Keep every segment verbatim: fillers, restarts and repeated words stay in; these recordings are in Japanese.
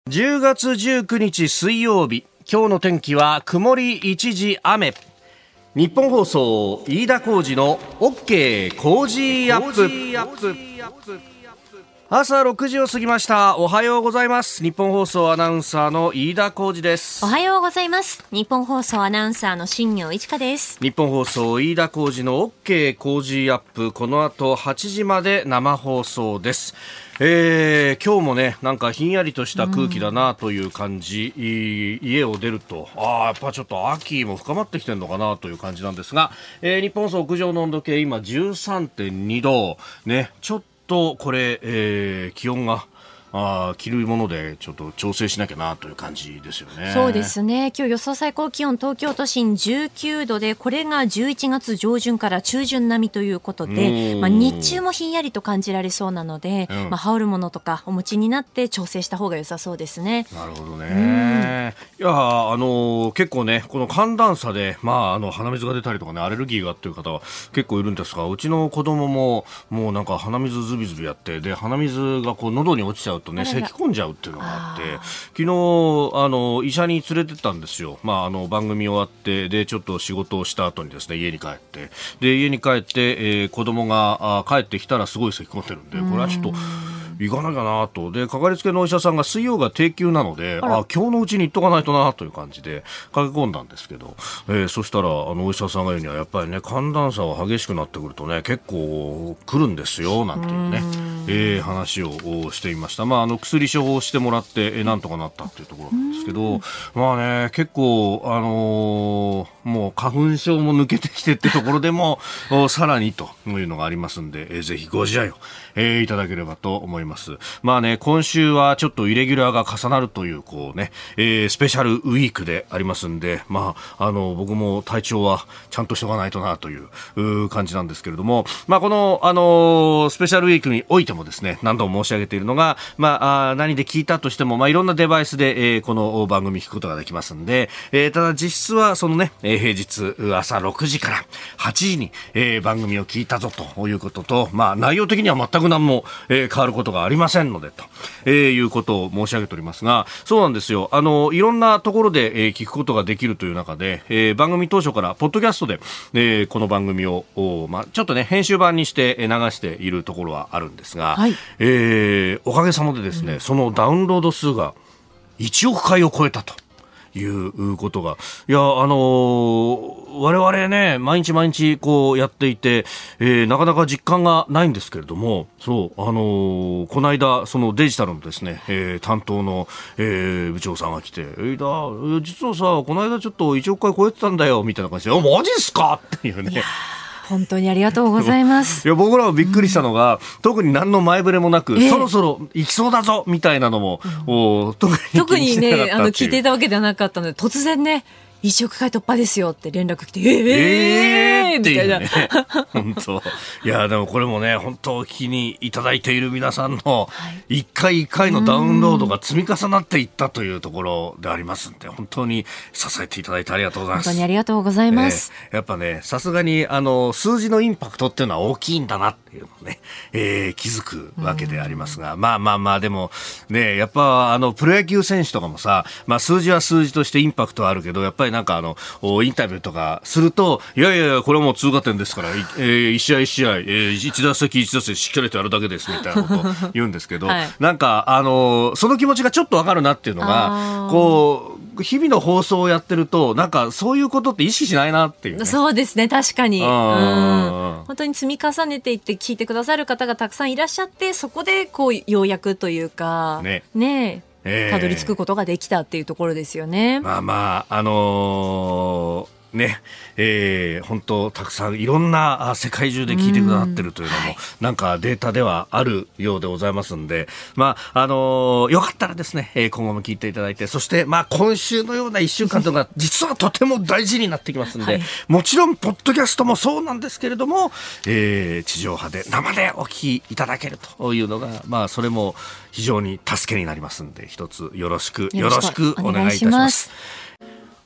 じゅうがつじゅうくにち水曜日、今日の天気は曇り一時雨。日本放送飯田浩司の OK 工事アップ。朝ろくじを過ぎました。おはようございます。日本放送アナウンサーの飯田浩司です。 おはようございます。日本放送アナウンサーの新業一華です。 日本放送飯田浩司の OK 工事アップ、この後はちじまで生放送です。えー、今日もね、なんかひんやりとした空気だなという感じ、うん、家を出ると、ああやっぱちょっと秋も深まってきてるのかなという感じなんですが、えー、日本放送屋上の温度計今 じゅうさんてんにどね、ちょっとこれ、えー、気温があ着るものでちょっと調整しなきゃなという感じですよね。 そうですね。今日予想最高気温東京都心じゅうきゅうどで、これがじゅういちがつ上旬から中旬並みということで、まあ、日中もひんやりと感じられそうなので、うん、まあ、羽織るものとかお持ちになって調整した方が良さそうですね。 なるほどね。いやあの結構ね、この寒暖差で、まあ、あの鼻水が出たりとかね、アレルギーがっていう方は結構いるんですが、うちの子供ももうなんか鼻水ズビズビやって、で鼻水がこう喉に落ちちゃうとね、咳き込んじゃうっていうのがあって、昨日あの医者に連れてったんですよ。まあ、あの番組終わってでちょっと仕事をした後にですね、家に帰ってで家に帰って、えー、子供があ帰ってきたらすごい咳き込んでるんで、これはちょっと行かなきゃなと。でかかりつけのお医者さんが水曜が定休なので、ああ今日のうちに行っとかないとなという感じで駆け込んだんですけど、えー、そしたらあのお医者さんが言うにはやっぱりね、寒暖差が激しくなってくるとね、結構来るんですよなんていうね、えー、話をしていました。まあ、あの薬処方してもらって、えー、なんとかなったっていうところなんですけど、まあね、結構あのー、もう花粉症も抜けてきてってところでもさらにというのがありますんで、えー、ぜひご自愛を、えー、いただければと思います。まあね、今週はちょっとイレギュラーが重なるというこうね、えー、スペシャルウィークでありますんで、まあ、あの僕も体調はちゃんとしておかないとなというう感じなんですけれども、まあ、この、あのー、スペシャルウィークにおいてもですね、何度も申し上げているのが、まあ、あ何で聞いたとしても、まあ、いろんなデバイスで、えー、この番組聞くことができますんで、えー、ただ実質はそのね、えー、平日朝ろくじからはちじに、えー、番組を聞いたぞということと、まあ、内容的には全く何も、えー、変わることがありませんのでと、えー、いうことを申し上げておりますが、そうなんですよ。あのいろんなところで、えー、聞くことができるという中で、えー、番組当初からポッドキャストで、えー、この番組を、まあ、ちょっとね編集版にして流しているところはあるんですが、はい、えー、おかげさまでですね、うん、そのダウンロード数がいちおくかいを超えたということが、いや、あのー、我々ね、毎日毎日こうやっていて、えー、なかなか実感がないんですけれども、そう、あのー、この間そのデジタルのですね、えー、担当の、えー、部長さんが来て、えー、だ実はさ、この間ちょっといちおくかい超えてたんだよみたいな感じで、あ、マジっすかっていうね。 本当にありがとうございます。 いや、僕らもびっくりしたのが、うん、特に何の前触れもなく、えー、そろそろ行きそうだぞみたいなのも、うん、お特に特にね、あの聞いていたわけではなかったので、突然ね、いちおくかい突破ですよって連絡来て、えー、えー、みたいな、ね、 本当。いや、でもこれもね、本当お聞きにいただいている皆さんの一回一回のダウンロードが積み重なっていったというところでありますんで、本当に支えていただいてありがとうございます。 本当にありがとうございます。 えー、やっぱね、さすがにあの数字のインパクトっていうのは大きいんだなっていうのをね、えー、気づくわけでありますが、まあまあまあ、でもね、やっぱあのプロ野球選手とかもさ、まあ、数字は数字としてインパクトはあるけど、やっぱりなんかあのインタビューとかすると、いやいやいや、これはもう通過点ですから、えー、一試合一試合、えー、一打席一打席しっかりとやるだけですみたいなことを言うんですけど、はい、なんかあのその気持ちがちょっとわかるなっていうのが、こう日々の放送をやってると、なんかそういうことって意識しないなっていう、ね、 そうですね、確かに、うん、本当に積み重ねていって聞いてくださる方がたくさんいらっしゃって、そこでこうようやくというかね、ねえー、たどり着くことができたっていうところですよね。 まあまあ、あのーね、えー、本当たくさんいろんな世界中で聞いてくださってるというのも、はい、なんかデータではあるようでございますんで、まああのー、よかったらですね、えー、今後も聞いていただいて、そしてまあ今週のようないっしゅうかんというのが実はとても大事になってきますんで、はい、もちろんポッドキャストもそうなんですけれども、えー、地上波で生でお聞きいただけるというのが、まあそれも非常に助けになりますんで、一つよろしくよろしくお願いいたします。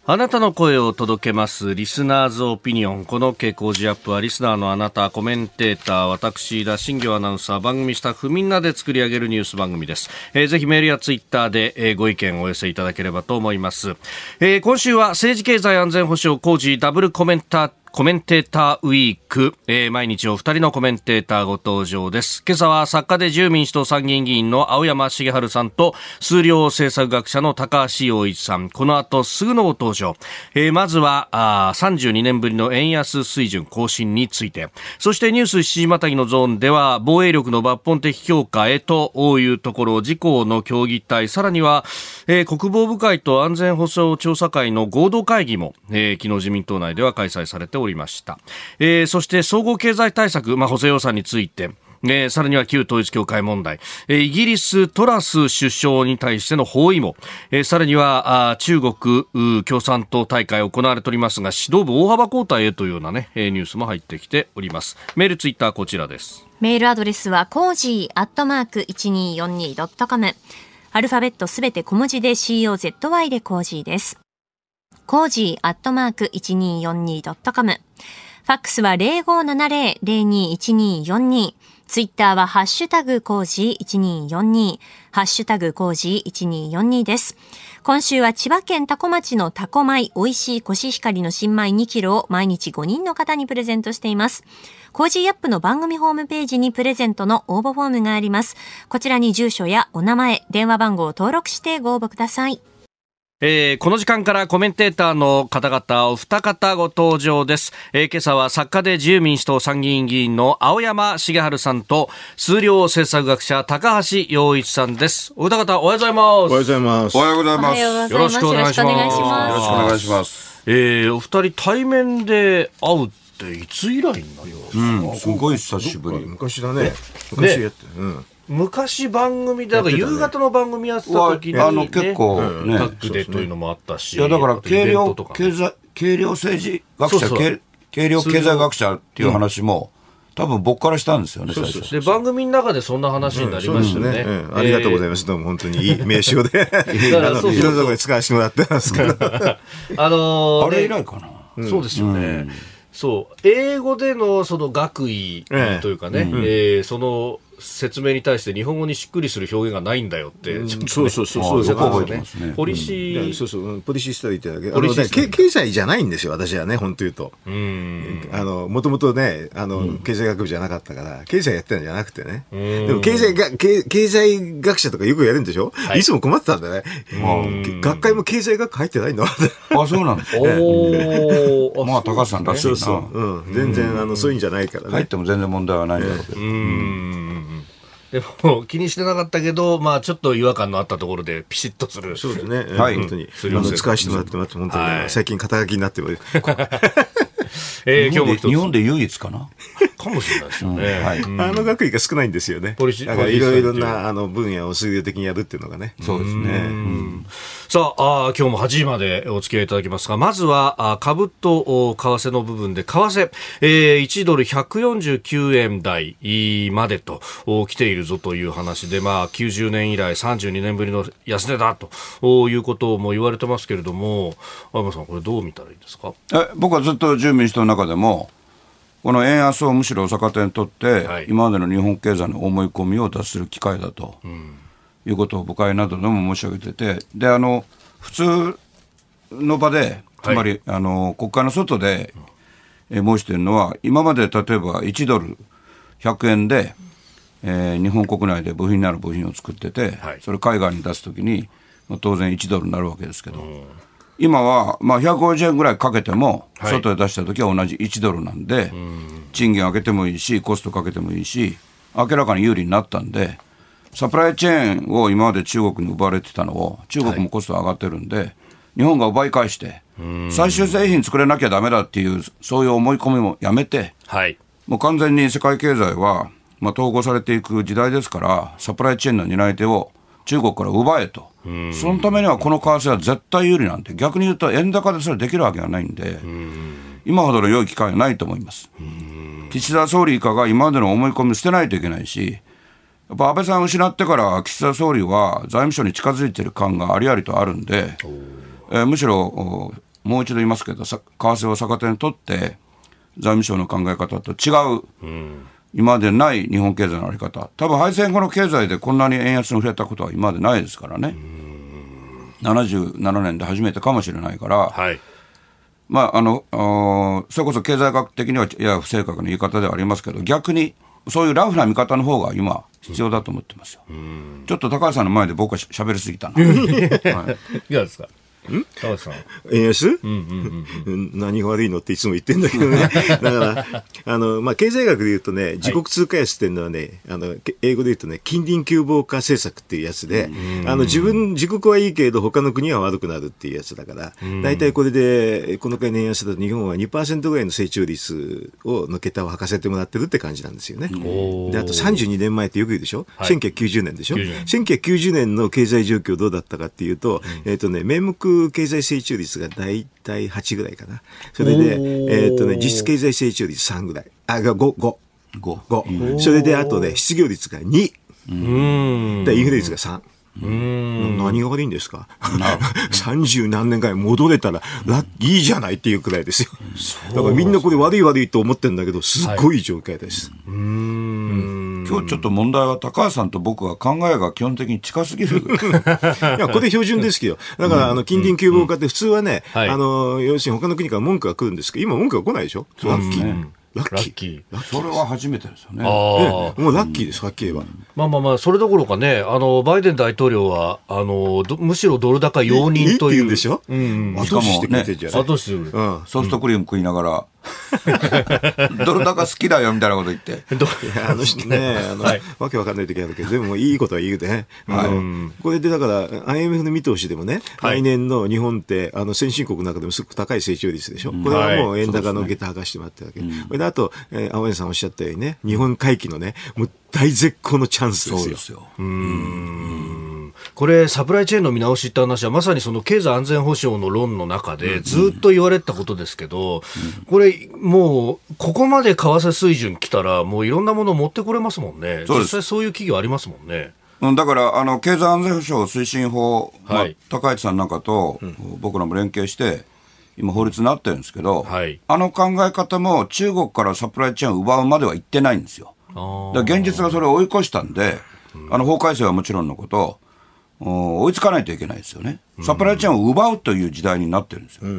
あなたの声を届けますリスナーズオピニオン。この傾向時アップはリスナーのあなた、コメンテーター、私田新行アナウンサー、番組スタッフみんなで作り上げるニュース番組です。えー、ぜひメールやツイッターで、えー、ご意見をお寄せいただければと思います。えー、今週は政治経済安全保障工事ダブルコメンターコメンテーターウィーク、えー、毎日お二人のコメンテーターご登場です。今朝は作家で自由民主党参議院議員の青山茂春さんと数量政策学者の高橋洋一さん、この後すぐのご登場。えー、まずはあさんじゅうにねんぶりの円安水準更新について、そしてニュースしちじまたぎのゾーンでは防衛力の抜本的強化へというところ、自公の協議体、さらには、えー、国防部会と安全保障調査会の合同会議も、えー、昨日自民党内では開催されておりますおりました。えー、そして総合経済対策、まあ、補正予算について、えー、さらには旧統一教会問題、えー、イギリストラス首相に対しての包囲網、えー、さらにはあ中国共産党大会行われておりますが指導部大幅交代へというような、ね、えー、ニュースも入ってきております。メールツイッターこちらです。 メールアドレスはコージーアットマーク いちにーよんにードットコム、 アルファベットすべて小文字で コーズ でコージーです。コージーアットマーク いちにーよんにードットコム、 ファックスは ゼロごーななゼロ ゼロにーいちにーよんにー、ツイッターはハッシュタグコージーいちにーよんにー、ハッシュタグコージーいちにーよんにーです。今週は千葉県多古町の多古米おいしいコシヒカリの新米にキロを毎日ごにんの方にプレゼントしています。コージーアップの番組ホームページにプレゼントの応募フォームがあります。こちらに住所やお名前、電話番号を登録してご応募ください。 えー、この時間からコメンテーターの方々お二方ご登場です。えー、今朝は作家で自由民主党参議院議員の青山茂春さんと数量政策学者高橋洋一さんです。お二方おはようございます。おはようございます。おはようございます。 よろしくお願いします。 よろしくお願いします。 えー、お二人対面で会うっていつ以来になりますか？ うん、すごい久しぶり。昔だね。昔やって、うん。 昔番組で、ね、夕方の番組やってた時に、ね、 あの結構ね、 タッグでというのもあったし、 いやだから軽量経済軽量政治学者、そうそう軽量経済学者っていう話も、うん、多分僕からしたんですよね。 そうそうで番組の中でそんな話になりましたよね。うんうんねうん、ありがとうございます。えー、どうも本当にいい名称で、だからいろんなところで使わせてもらってますから、 あのー、 あれ以来かな。 うん、そうですよね。うんそう英語でのその学位というかね、ええうんえー、その説明に対して日本語にしっくりする表現がないんだよって、うん、 そうそうそうそうよく覚えてますね。 ポリシー、 うん、そうそうポリシーストリーってだけあの、ね、経済じゃないんですよ私はね本当言うと。うんあのもともとねあの、うん、経済学部じゃなかったから経済やってるんじゃなくてね。でも経済が経経済学者とかよくやるんでしょ、はい、いつも困ってたんだね。学会も経済学科入ってないの。あそうなんです。おまあ高橋さんらしいな。そうそう、うん、全然あのそういうんじゃないからね。入っても全然問題はないんだろうけど。うんでも気にしてなかったけど、まあ、ちょっと違和感のあったところでピシッとする。 そうですね、はい、本当にあの使わせてもらってます本当に、ねはい、最近肩書きになってるえー、日本で日本で唯一かなかもしれないですよね、うんはい、 あの学位が少ないんですよね。だからいろいろなあの分野を数量的にやるっていうのがね。 そうですね、うん、さあ、あ今日もはちじまでお付き合いいただきますが、まずはあ株と為替の部分で為替、えー、いちドルひゃくよんじゅうきゅうえん台までと来ているぞという話で、まあ、きゅうじゅうねん以来さんじゅうにねんぶりの安値だということも言われてますけれども、青山さんこれどう見たらいいですか？ え僕はずっと自由民主党の中でもこの円安をむしろ逆手にとって、はい、今までの日本経済の思い込みを脱する機会だと、うん、いうことを部会などでも申し上げてて、であの普通の場でつまり、はい、あの国会の外で、え申しているのは今まで例えばいちドルひゃくえんで、えー、日本国内で部品になる部品を作ってて、はい、それ海外に出すときに、まあ、当然いちドルになるわけですけど、うん今はまあひゃくごじゅうえんぐらいかけても外で出したときは同じいちドルなんで、はい、賃金上げてもいいしコストかけてもいいし明らかに有利になったんで、サプライチェーンを今まで中国に奪われてたのを中国もコスト上がってるんで、はい、日本が奪い返して最終製品作れなきゃダメだっていうそういう思い込みもやめて、はい、もう完全に世界経済はまあ統合されていく時代ですから、サプライチェーンの担い手を中国から奪えと。そのためにはこの為替は絶対有利なんて、逆に言うと円高でそれできるわけがないんで、今ほどの良い機会はないと思います。岸田総理以下が今までの思い込みを捨てないといけないし、やっぱ安倍さんを失ってから岸田総理は財務省に近づいている感がありありとあるんで、えー、むしろもう一度言いますけど、為替を逆手に取って財務省の考え方と違う、うん、今までない日本経済のあり方、多分敗戦後の経済でこんなに円安に触れたことは今までないですからね。ななじゅうななねんで初めてかもしれないから、はい、まあ、あのそれこそ経済学的にはやや不正確な言い方ではありますけど、逆にそういうラフな見方の方が今必要だと思ってますよ。うん、ちょっと高橋さんの前で僕はしゃべりすぎたな。はい、いかがですか。ん高橋さん円安、うんうんうんうん、何が悪いのっていつも言ってんだけどね。だからあの、まあ、経済学で言うとね、自国通貨安っていうのはね、あの英語で言うとね、近隣急防化政策っていうやつで、あの自分自国はいいけれど他の国は悪くなるっていうやつだから、大体これでこの回の円安だと日本は にパーセント ぐらいの成長率をの桁を履かせてもらってるって感じなんですよね。であとさんじゅうにねんまえってよく言うでしょ、はい、せんきゅうひゃくきゅうじゅうねんでしょ。せんきゅうひゃくきゅうじゅうねんの経済状況どうだったかっていうと、うん、えっとね名目経済成長率がだいたいはちぐらいかな。それで、えーっとね、実質経済成長率さんぐらい。あ、ご、ご。ご。ご。それで、あとね、失業率がに。うん。で、インフレ率がさん。うーん何が悪いんですか。さんじゅう何年間戻れたらラッいいじゃないっていうくらいですよ。だからみんなこれ悪い悪いと思ってるんだけど、すっごい状況です。はい、うーんうん今日ちょっと問題は高橋さんと僕は考えが基本的に近すぎる。 いやこれ標準ですけど、だからあの近隣急防化って普通はね、うんうん、あの要するに他の国から文句が来るんですけど、今文句が来ないでしょ。ラッキー。ラッキー。キーそれは初めてですよね。 あもうラッキーです、はっきり言えば。 まあまあまあ、それどころかね、あの、バイデン大統領は、あの、むしろドル高容認という。いいって言うんでしょ。うん。後押ししてくれてるじゃない。 後押ししてくれてる。 ソフトクリーム食いながら、ドル高好きだよみたいなこと言って。いやあのね、あの、はい、わけわかんない時あるけど、でもいいことは言うね。あの、はい、これでだから、アイエムエフ の見通しでもね、はい、来年の日本って、あの、先進国の中でもすごく高い成長率でしょ。これはもう円高の下駄剥がしてもらってるわけ。はい、であと、えー、青柳さんおっしゃったようにね、日本回帰のね、もう大絶好のチャンスですよ。そうですよ。うーんこれサプライチェーンの見直しって話はまさにその経済安全保障の論の中でずっと言われてたことですけど、これもうここまで為替水準来たらもういろんなもの持ってこれますもんね。実際そういう企業ありますもんね。 だからあの経済安全保障推進法、はいまあ、高市さんなんかと僕らも連携して今法律になってるんですけど、はい、あの考え方も中国からサプライチェーンを奪うまでは行ってないんですよ。だから現実がそれを追い越したんで、うん、あの法改正はもちろんのこと追いつかないといけないですよね。サプライチェーンを奪うという時代になってるんですよ。うん、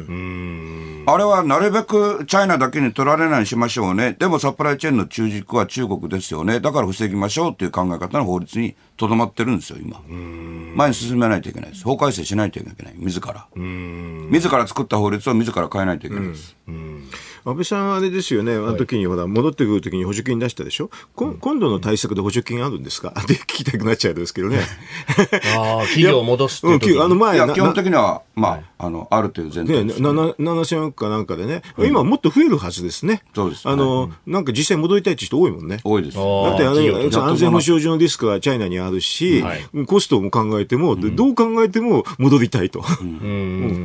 あれはなるべくチャイナだけに取られないようにしましょうね。でもサプライチェーンの中軸は中国ですよね。だから防ぎましょうという考え方の法律にとどまってるんですよ今。前に進めないといけないです。法改正しないといけない自ら自ら作った法律を自ら変えないといけないです。うんうん安倍さんあれですよね、あの時にほら戻ってくる時に補助金出したでしょ、うん、今度の対策で補助金あるんですかって聞きたくなっちゃうんですけどね。 あ企業を戻すっていう時に、 あの前いや基本的には、まあはい、あのあるという前提です、ね、 ななせんおくかなんかでね、うん、今もっと増えるはずですね。 そうですね、 あのなんか実際戻りたいって人多いもんね。 多いです。だってあの安全保障上のリスクはチャイナにあるし、はい、コストも考えても、うん、どう考えても戻りたいと、うんうん、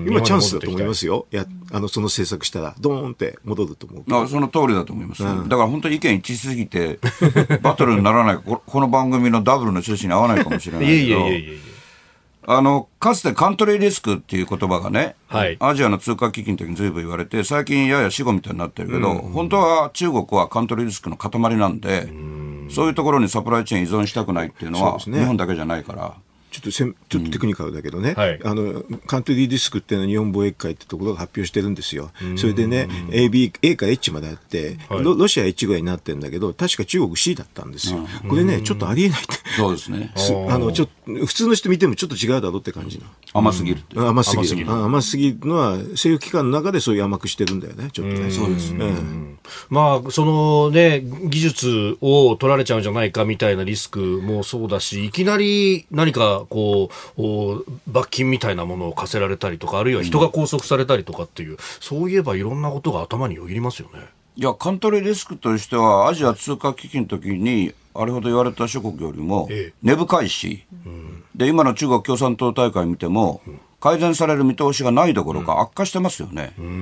今チャンスだと思いますよ。やあのその政策したらドーンって戻ると思う。 あその通りだと思います、うん、だから本当に意見一致しすぎてバトルにならないこ, この番組のダブルの趣旨に合わないかもしれないけどいやいやいやいやあのかつてカントリーリスクっていう言葉がね、はい、アジアの通貨危機の時にずいぶん言われて最近やや死語みたいになってるけど、うん、本当は中国はカントリーリスクの塊なんで、うん、そういうところにサプライチェーン依存したくないっていうのは、ね、日本だけじゃないからちょっとせんちょっとテクニカルだけどね、うんはい、あのカントリーリスクっていうのは日本貿易会ってところが発表してるんですよ。それでね エービー、A から H まであって、はい、ロ, ロシア H ぐらいになってるんだけど確か中国 C だったんですよ、うん、これねちょっとありえないって。 そうですねあのちょ普通の人見てもちょっと違うだろうって感じの甘すぎるって、 うん、甘すぎる甘すぎる甘すぎるのは政府機関の中でそういう甘くしてるんだよねちょっとね。 そうですね、 うん、まあそのね技術を取られちゃうんじゃないかみたいなリスクもそうだしいきなり何かこう罰金みたいなものを課せられたりとかあるいは人が拘束されたりとかっていう、うん、そういえばいろんなことが頭によぎりますよね。 いやカントリーリスクとしてはアジア通貨危機の時にあれほど言われた諸国よりも根深いし、ええうん、で今の中国共産党大会見ても、うん、改善される見通しがないどころか悪化してますよね、うん、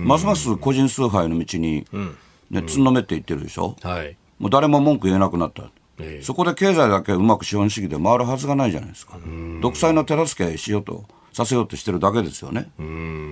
ますます個人崇拝の道に、うんね、つんのめっていってるでしょ、うんはい、もう誰も文句言えなくなった。ええ、そこで経済だけうまく資本主義で回るはずがないじゃないですか。独裁の手助けしようとさせようとしてるだけですよね。うーん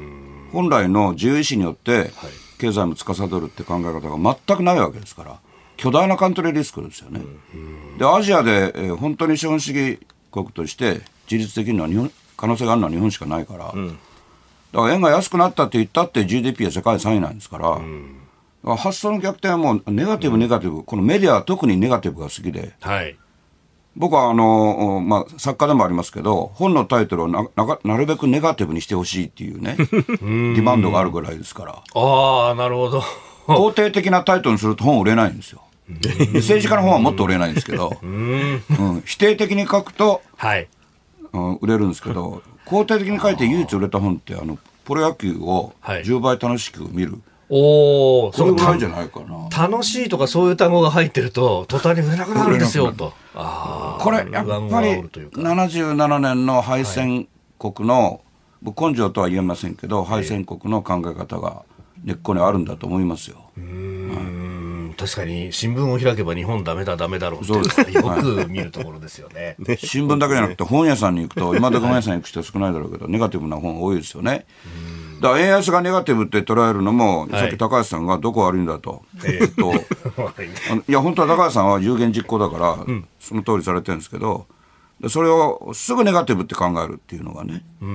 本来の自由意志によって経済も司るって考え方が全くないわけですから、巨大なカントリーリスクですよね。でアジアで、えー、本当に資本主義国として自立できるのは日本、可能性があるのは日本しかないから、うん、だから円が安くなったって言ったって ジーディーピー は世界さんいなんですから、うん、だから発想の逆転はもうネガティブネガティブ、うん、このメディアは特にネガティブが好きで、はい、僕はあの、まあ、作家でもありますけど、本のタイトルを な, な, なるべくネガティブにしてほしいっていうねディマンドがあるぐらいですから。 ああ、なるほど。 肯定的なタイトルにすると本売れないんですよ。政治家の本はもっと売れないんですけど、うんうん、否定的に書くと、はいうん、売れるんですけど、肯定的に書いて唯一売れた本ってあのプロ野球をじゅうばい楽しく見る、はい、おそれぐらいじゃないかな。 楽しいとかそういう単語が入ってると途端に売れなくなるんですよと。 あこれやっぱりななじゅうななねんの敗戦国の、はい、根性とは言えませんけど敗戦国の考え方が根っこにあるんだと思いますよ。うーん、はい、確かに新聞を開けば日本ダメだダメだろうっていうのがよく見るところですよね。 ね新聞だけじゃなくて本屋さんに行くと今で本屋さんに行く人は少ないだろうけどネガティブな本多いですよね。だから円安がネガティブって捉えるのも、はい、さっき高橋さんがどこ悪いんだと、えー、といや本当は高橋さんは有言実行だから、うん、その通りされてるんですけど、でそれをすぐネガティブって考えるっていうのがね、うん、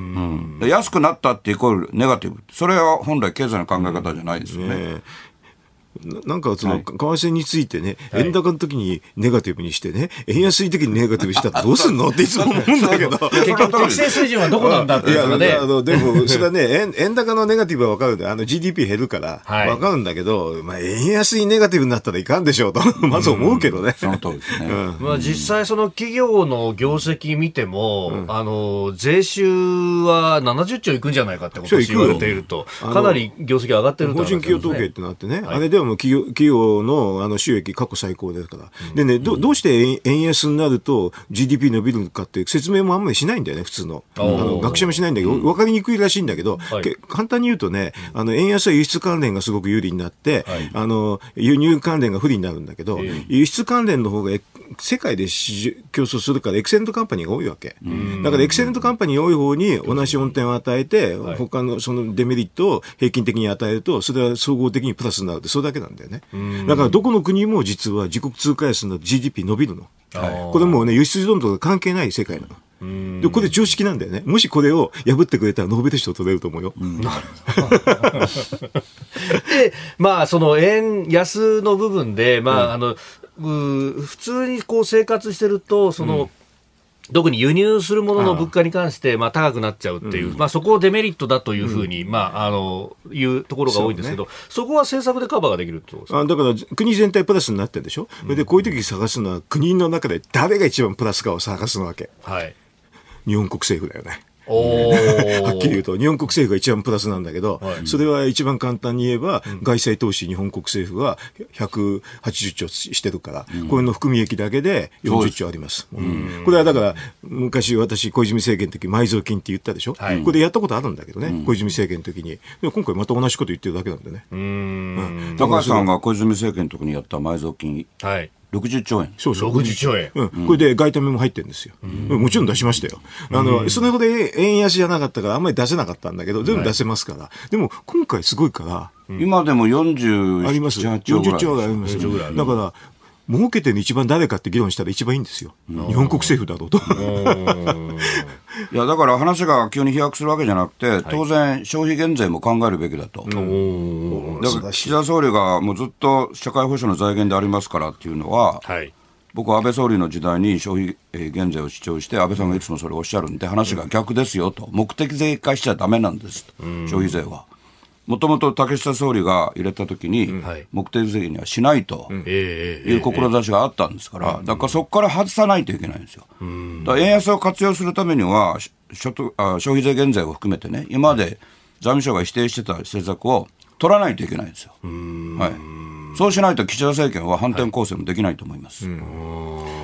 で安くなったってイコールネガティブ、それは本来経済の考え方じゃないですよね。うんねなんかその為替についてね、はい、円高の時にネガティブにしてね、円安い時にネガティブしたらどうすんのっていつも思うんだけど結局適正水準はどこなんだっていうのね。いやあのでもそれはね 円, 円高のネガティブは分かるんで、あの ジーディーピー 減るから分かるんだけど、はい、まあ、円安にネガティブになったらいかんでしょうとまず思うけどね。 その通りですね。 うんまあ、実際その企業の業績見ても、うん、あの税収はななじゅっちょういくんじゃないかってことを言われていると、かなり業績上がってると、 法人企業統計ってなってね、はい、あれではもう企業企業の, あの収益過去最高ですから、うん、でね ど, どうして円安になると ジーディーピー 伸びるのかって説明もあんまりしないんだよね、普通のあの学者もしないんだけど、うん、分かりにくいらしいんだけど、はい、簡単に言うとね、あの円安は輸出関連がすごく有利になって、はい、あの輸入関連が不利になるんだけど、はい、輸出関連の方が世界で競争するからエクセレントカンパニーが多いわけ、うん、だからエクセレントカンパニーが多い方に同じ恩典を与えて、はい、他のそのデメリットを平均的に与えるとそれは総合的にプラスになるって、それだけなんだよね。うんだからどこの国も実は自国通貨安の ジーディーピー 伸びるの、はい、これもうね輸出依存度が関係ない世界なの。うんでこれ常識なんだよね。もしこれを破ってくれたらノーベル賞取れると思うよ。うん、なるほどでまあその円安の部分でまあ、うん、あの普通にこう生活してるとその、うん特に輸入するものの物価に関して、まあ、高くなっちゃうっていう、うんまあ、そこをデメリットだというふうに、うんまあ、あのいうところが多いんですけど そ,、ね、そこは政策でカバーができるってことですか。 あだから国全体プラスになってるでしょ、うん、でこういう時探すのは国の中で誰が一番プラスかを探すわけ、はい、日本国政府だよね。おはっきり言うと日本国政府が一番プラスなんだけど、はい、それは一番簡単に言えば、うん、外債投資日本国政府はひゃくはちじゅっちょうしてるから、うん、これの含み益だけでよんじゅっちょうあります、うん、これはだから昔私小泉政権の時埋蔵金って言ったでしょ、はい、これでやったことあるんだけどね、うん、小泉政権の時に。で今回また同じこと言ってるだけなんでね。うん、 うん、高橋さんが小泉政権の時にやった埋蔵金、はいろくじゅっちょうえん。 そうそう。ろくじゅっちょうえん。 うん。これで外為も入ってるんですよ。うん、もちろん出しましたよ。あの、それほど円安じゃなかったからあんまり出せなかったんだけど、全部出せますから。はい、でも今回すごいから。 うん、今でもよんじゅうはちちょうぐらい。 よんじゅっちょうがありますよ。だから、儲けてるの一番誰かって議論したら一番いいんですよ。日本国政府だろうと。 いやだから話が急に飛躍するわけじゃなくて、当然消費減税も考えるべきだと。はい、だから岸田総理がもうずっと社会保障の財源でありますからっていうのは、はい、僕は安倍総理の時代に消費減税を主張して安倍さんがいつもそれをおっしゃるんで話が逆ですよと、目的税化しちゃダメなんですと、消費税は。もともと竹下総理が入れたときに、目的税にはしないという志があったんですから、だからそこから外さないといけないんですよ。だから円安を活用するためには、所得あ消費税減税を含めてね、今まで財務省が否定してた政策を取らないといけないんですよ。はい、そうしないと岸田政権は反転攻勢もできないと思います。はい、 こ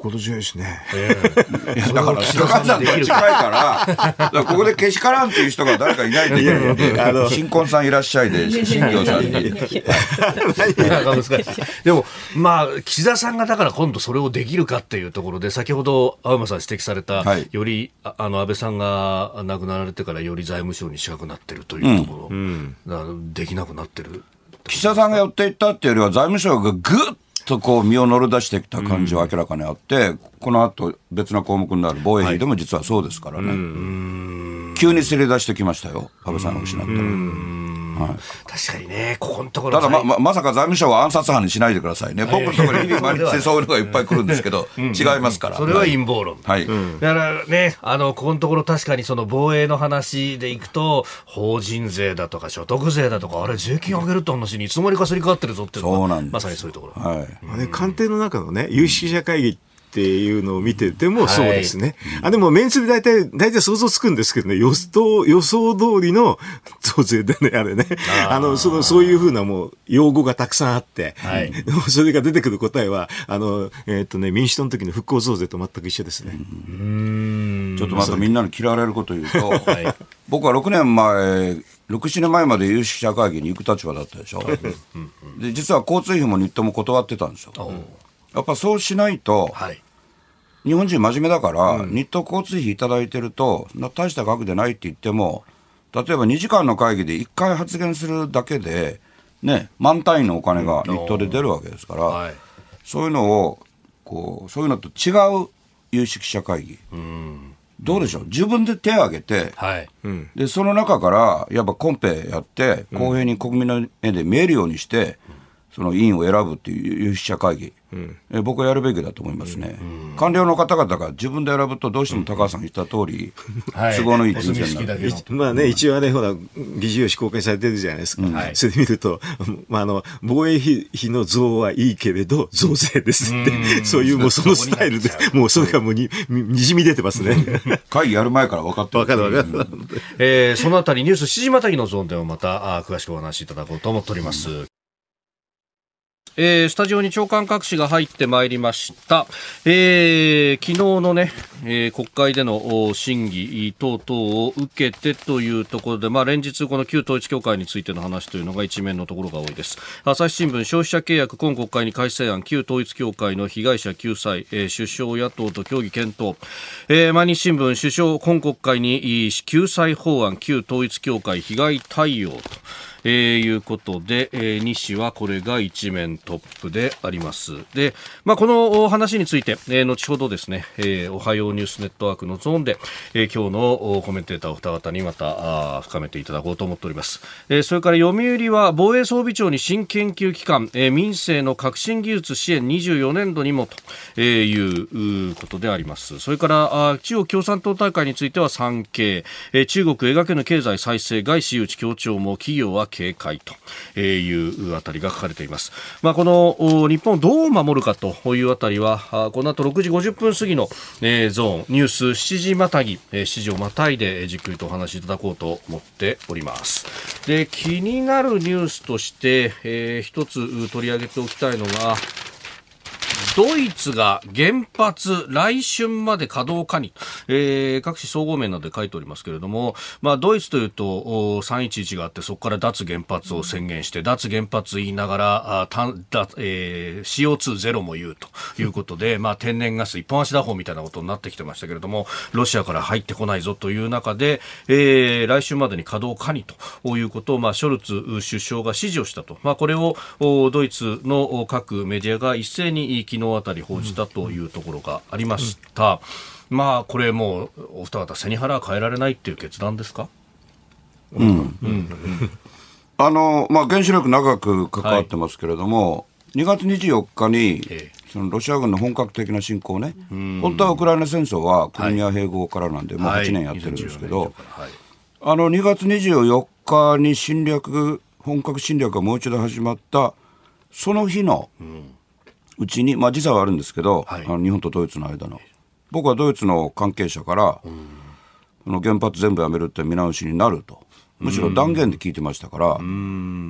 心強いですね。 えー、 いやだから高橋さんと近いからだからここでけしからんっていう人が誰かいないんで、いやいやあの新婚さんいらっしゃいで新業さんに難しい。でもまあ岸田さんがだから今度それをできるかっていうところで、先ほど青山さん指摘された、はい、よりああの安倍さんが亡くなられてからより財務省に近くなってるというところ、うんうん、できなくなってる。 岸田さんが寄っていったっていうよりは財務省がぐっとこう身を乗り出してきた感じは明らかにあって、うん、この後別な項目になる防衛費でも実はそうですからね、はい、うん急にせり出してきましたよ安倍さんが失ったら。 はい、確かにね、ここのところただ ま, ま, まさか財務省は暗殺犯にしないでくださいね。僕のところに日々毎日そういうのがいっぱい来るんですけど、違いますから。 それは陰謀論、 はい、 だからね、あのここのところ確かにその防衛の話でいくと法人税だとか所得税だとかあれ税金上げるって話にいつの間にかすり替わってるぞっていうのがそうなんです。 まさにそういうところ、 はいまあね、官邸の中のね有識者会議っていうのを見ててもそうですね、はい、あでもメンツで大体大体想像つくんですけどね、予想予想通りの増税でねあれねあのそのそういうふうなもう用語がたくさんあって、はい、それが出てくる答えはあの、えーっとね、民主党の時の復興増税と全く一緒ですね。 うーんちょっとまたみんなに嫌われることを言うと、はい、僕はろくねんまえろく、ななねんまえまで有識者会議に行く立場だったでしょで実は交通費も日当も断ってたんですよ。やっぱそうしないと、はい、日本人真面目だから、うん、日当交通費いただいてると大した額でないって言っても、例えばにじかんの会議でいっかい発言するだけで、ね、万単位のお金が日当で出るわけですから、うんはい、そういうのをこうそういうのと違う有識者会議、うん、どうでしょう、自分で手を挙げて、はいうん、でその中からやっぱコンペやって公平に国民の目で見えるようにして、うん、その委員を選ぶっていう有識者会議、うん、え僕はやるべきだと思いますね、うん、官僚の方々が自分で選ぶとどうしても高橋さん言った通り、うん、都合のいい人選になる、はい、 まあね、一応ねほら議事要旨公開されてるじゃないですか、うん、それで見ると、まあ、あの防衛費の増はいいけれど増税ですって、うん、そういうもうそのスタイルでもうそれがもう に, にじみ出てますね会議やる前から分かってる。 分かる分かる、 うんえー、そのあたりニュースしちじまたぎのゾーンでもまた詳しくお話しいただこうと思っております、うんえー、スタジオに長官各紙が入ってまいりました、えー、昨日のね、えー、国会での審議等々を受けてというところで、まあ、連日この旧統一教会についての話というのが一面のところが多いです。朝日新聞、消費者契約今国会に改正案、旧統一教会の被害者救済、えー、首相野党と協議検討、えー、毎日新聞、首相今国会に救済法案、旧統一教会被害対応とえー、いうことで、えー、西はこれが一面トップであります。で、まあ、この話について、えー、後ほどですね、えー、おはようニュースネットワークのゾーンで、えー、今日のコメンテーターお二方にまた深めていただこうと思っております。えー、それから読売は防衛装備庁に新研究機関、えー、民生の革新技術支援にじゅうよねんどにもと、えー、いうことであります。それからあ中国共産党大会については産経、えー、中国描けぬ経済再生外資誘致強調も企業は警戒というあたりが書かれています。まあ、この日本をどう守るかというあたりはこの後ろくじごじゅっぷん過ぎの、えー、ゾーンニュースしちじまたぎ、えー、しちじをまたいでじっくりとお話しいただこうと思っております。で、気になるニュースとして、えー、一つ取り上げておきたいのがドイツが原発来春まで稼働可に、えー、各種総合面などで書いておりますけれども、まあ、ドイツというとさんいちいちがあってそこから脱原発を宣言して脱原発言いながらあただ、えー、シーオーツー ゼロも言うということで、まあ、天然ガス一本足打法みたいなことになってきてましたけれどもロシアから入ってこないぞという中で、えー、来週までに稼働可にということを、まあ、ショルツ首相が指示をしたと、まあ、これをドイツの各メディアが一斉に昨日あたり報じたというところがありました、うん、まあこれもうお二方背に腹は変えられないっていう決断ですか。 うんうんうん、あのまあ原子力長く関わってますけれども、はい、にがつにじゅうよっかに、ええ、そのロシア軍の本格的な侵攻ね、本当はウクライナ戦争はクリミア併合からなんで、はい、もうはちねんやってるんですけど、はいはい、あのにがつにじゅうよっかに侵略本格侵略がもう一度始まったその日の、うんうちに、まあ、時差はあるんですけど、はい、あの日本とドイツの間の僕はドイツの関係者から、うん、この原発全部やめるって見直しになるとむしろ断言で聞いてましたから、うん、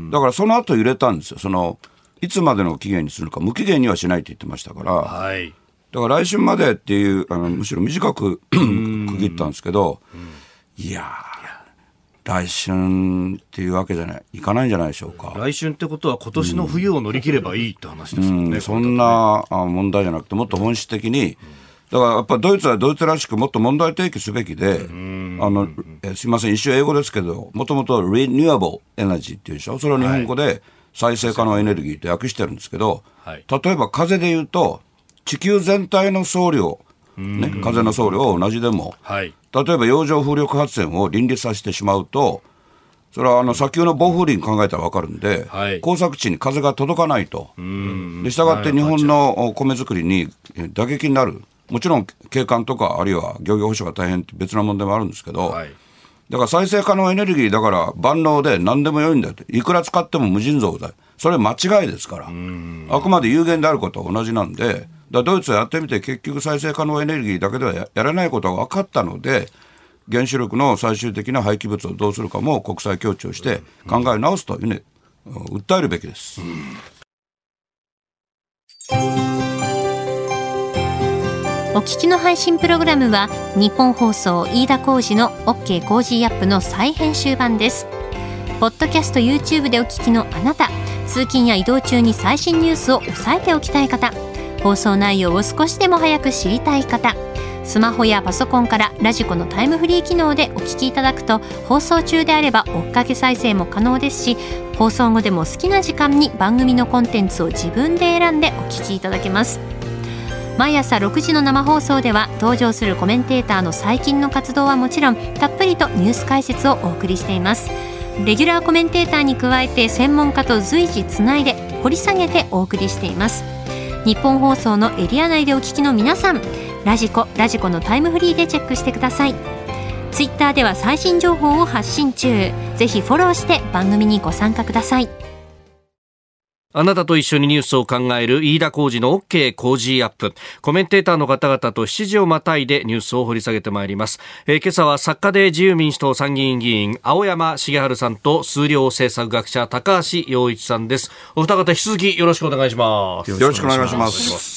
だからその後揺れたんですよ。そのいつまでの期限にするか無期限にはしないと言ってましたから、はい、 だから来週までっていうあのむしろ短く区切ったんですけど、いや来春っていうわけじゃないいかないんじゃないでしょうか。 来春ってことは今年の冬を乗り切ればいいって話ですもんね、 うん、そんな問題じゃなくてもっと本質的に、だからやっぱドイツはドイツらしくもっと問題提起すべきで、あのえすみません一瞬英語ですけど、もともと Renewable Energy っていうでしょ、それを日本語で再生可能エネルギーと訳してるんですけど、はい、例えば風で言うと地球全体の総量、ね、風の総量は同じでも、はい、例えば洋上風力発電を林立させてしまうと、それはあの砂丘の暴風林考えたら分かるんで、はい、耕作地に風が届かないと、でしたがって日本の米作りに打撃になる。もちろん景観とかあるいは漁業保障が大変って別な問題もあるんですけど、はい、だから再生可能エネルギーだから万能で何でも良いんだよと、いくら使っても無尽蔵だよ、それは間違いですから、あくまで有限であることは同じなんで、だドイツはやってみて結局再生可能エネルギーだけでは や, やらないことが分かったので、原子力の最終的な廃棄物をどうするかも国際協調して考え直すというね、訴えるべきです。 お聞きの配信プログラムは日本放送飯田浩司の OK コージーアップの再編集版です。ポッドキャスト YouTube でお聞きのあなた、通勤や移動中に最新ニュースを押さえておきたい方、放送内容を少しでも早く知りたい方、スマホやパソコンからラジコのタイムフリー機能でお聞きいただくと、放送中であれば追っかけ再生も可能ですし、放送後でも好きな時間に番組のコンテンツを自分で選んでお聞きいただけます。毎朝ろくじの生放送では登場するコメンテーターの最近の活動はもちろん、たっぷりとニュース解説をお送りしています。レギュラーコメンテーターに加えて専門家と随時つないで掘り下げてお送りしています。日本放送のエリア内でお聞きの皆さん、ラジコ、ラジコのタイムフリーでチェックしてください。ツイッターでは最新情報を発信中。ぜひフォローして番組にご参加ください。 あなたと一緒にニュースを考える飯田浩司の OK 工事アップ。コメンテーターの方々としちじをまたいでニュースを掘り下げてまいります。えー、今朝は作家で自由民主党参議院議員青山茂春さんと数量政策学者高橋洋一さんです。お二方引き続きよろしくお願いします。 よろしくお願いします。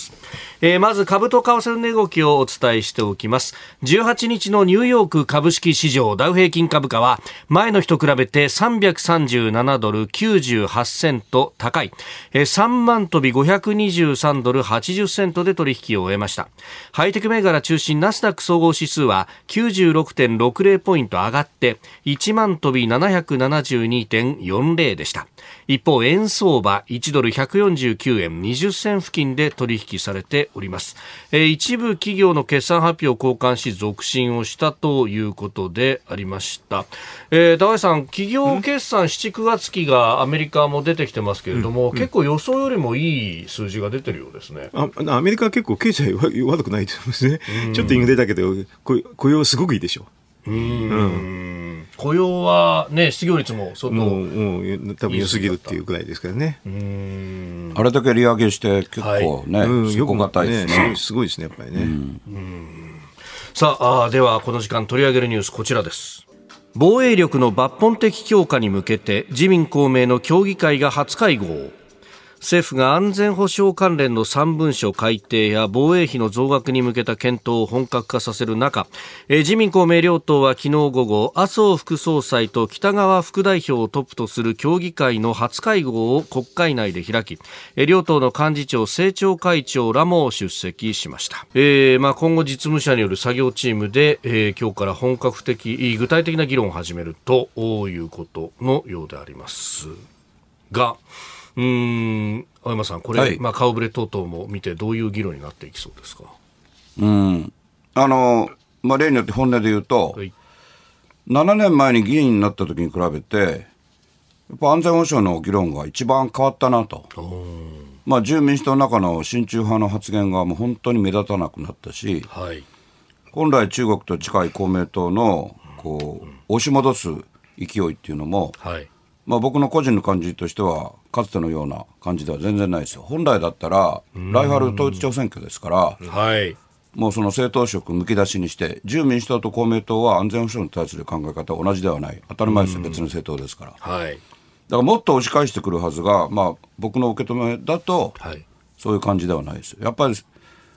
えー、まず株と為替の値動きをお伝えしておきます。じゅうはちにちのニューヨーク株式市場ダウ平均株価は前の日と比べてさんびゃくさんじゅうななドルきゅうじゅうはちセント高い、えー、さんまんとびごひゃくにじゅうさんドルはちじゅっセントで取引を終えました。ハイテク銘柄中心ナスダック総合指数は きゅうじゅうろくてんろくゼロ ポイント上がっていちまんとびななひゃくななじゅうにてんよんゼロでした。一方円相場いちドルひゃくよんじゅうきゅうえんにじゅっせん付近で取引されております。えー、一部企業の決算発表を交換し続伸をしたということでありました。えー、高橋さん、企業決算しち、くがつ期がアメリカも出てきてますけれども、うんうん、結構予想よりもいい数字が出てるようですね。 あアメリカは結構経済悪くないと思いますね。ちょっとインフレだけど雇用すごくいいでしょ。うんうん雇用は、ね、失業率も相当もう、 もう多分良すぎるっていうぐらいですからね。うんあれだけ利上げして結構ね、はい、うん、すごかったですね。 すごいですねやっぱりね。うんうんさあ、あではこの時間取り上げるニュースこちらです。防衛力の抜本的強化に向けて自民公明の協議会が初会合。政府が安全保障関連のさん文書改定や防衛費の増額に向けた検討を本格化させる中、え自民公明両党は昨日午後、麻生副総裁と北側副代表をトップとする協議会の初会合を国会内で開き、え両党の幹事長、政調会長らも出席しました。えーまあ、今後実務者による作業チームで、えー、今日から本格的具体的な議論を始めるということのようでありますが、うーん青山さん、これ、はいまあ、顔ぶれ等々も見てどういう議論になっていきそうですか。 うんあの、まあ、例によって本音で言うと、はい、ななねんまえに議員になった時に比べてやっぱ安全保障の議論が一番変わったなと。まあ、自由民主党の中の親中派の発言がもう本当に目立たなくなったし、はい、本来中国と近い公明党のこう押し戻す勢いっていうのも、はいまあ、僕の個人の感じとしてはかつてのような感じでは全然ないですよ。本来だったら来春統一地方選挙ですから、はい、もうその政党色むき出しにして自由民主党と公明党は安全保障に対する考え方は同じではない。当たり前ですよ、別の政党ですから、はい、だからもっと押し返してくるはずが、まあ、僕の受け止めだと、はい、そういう感じではないですよ。やっぱり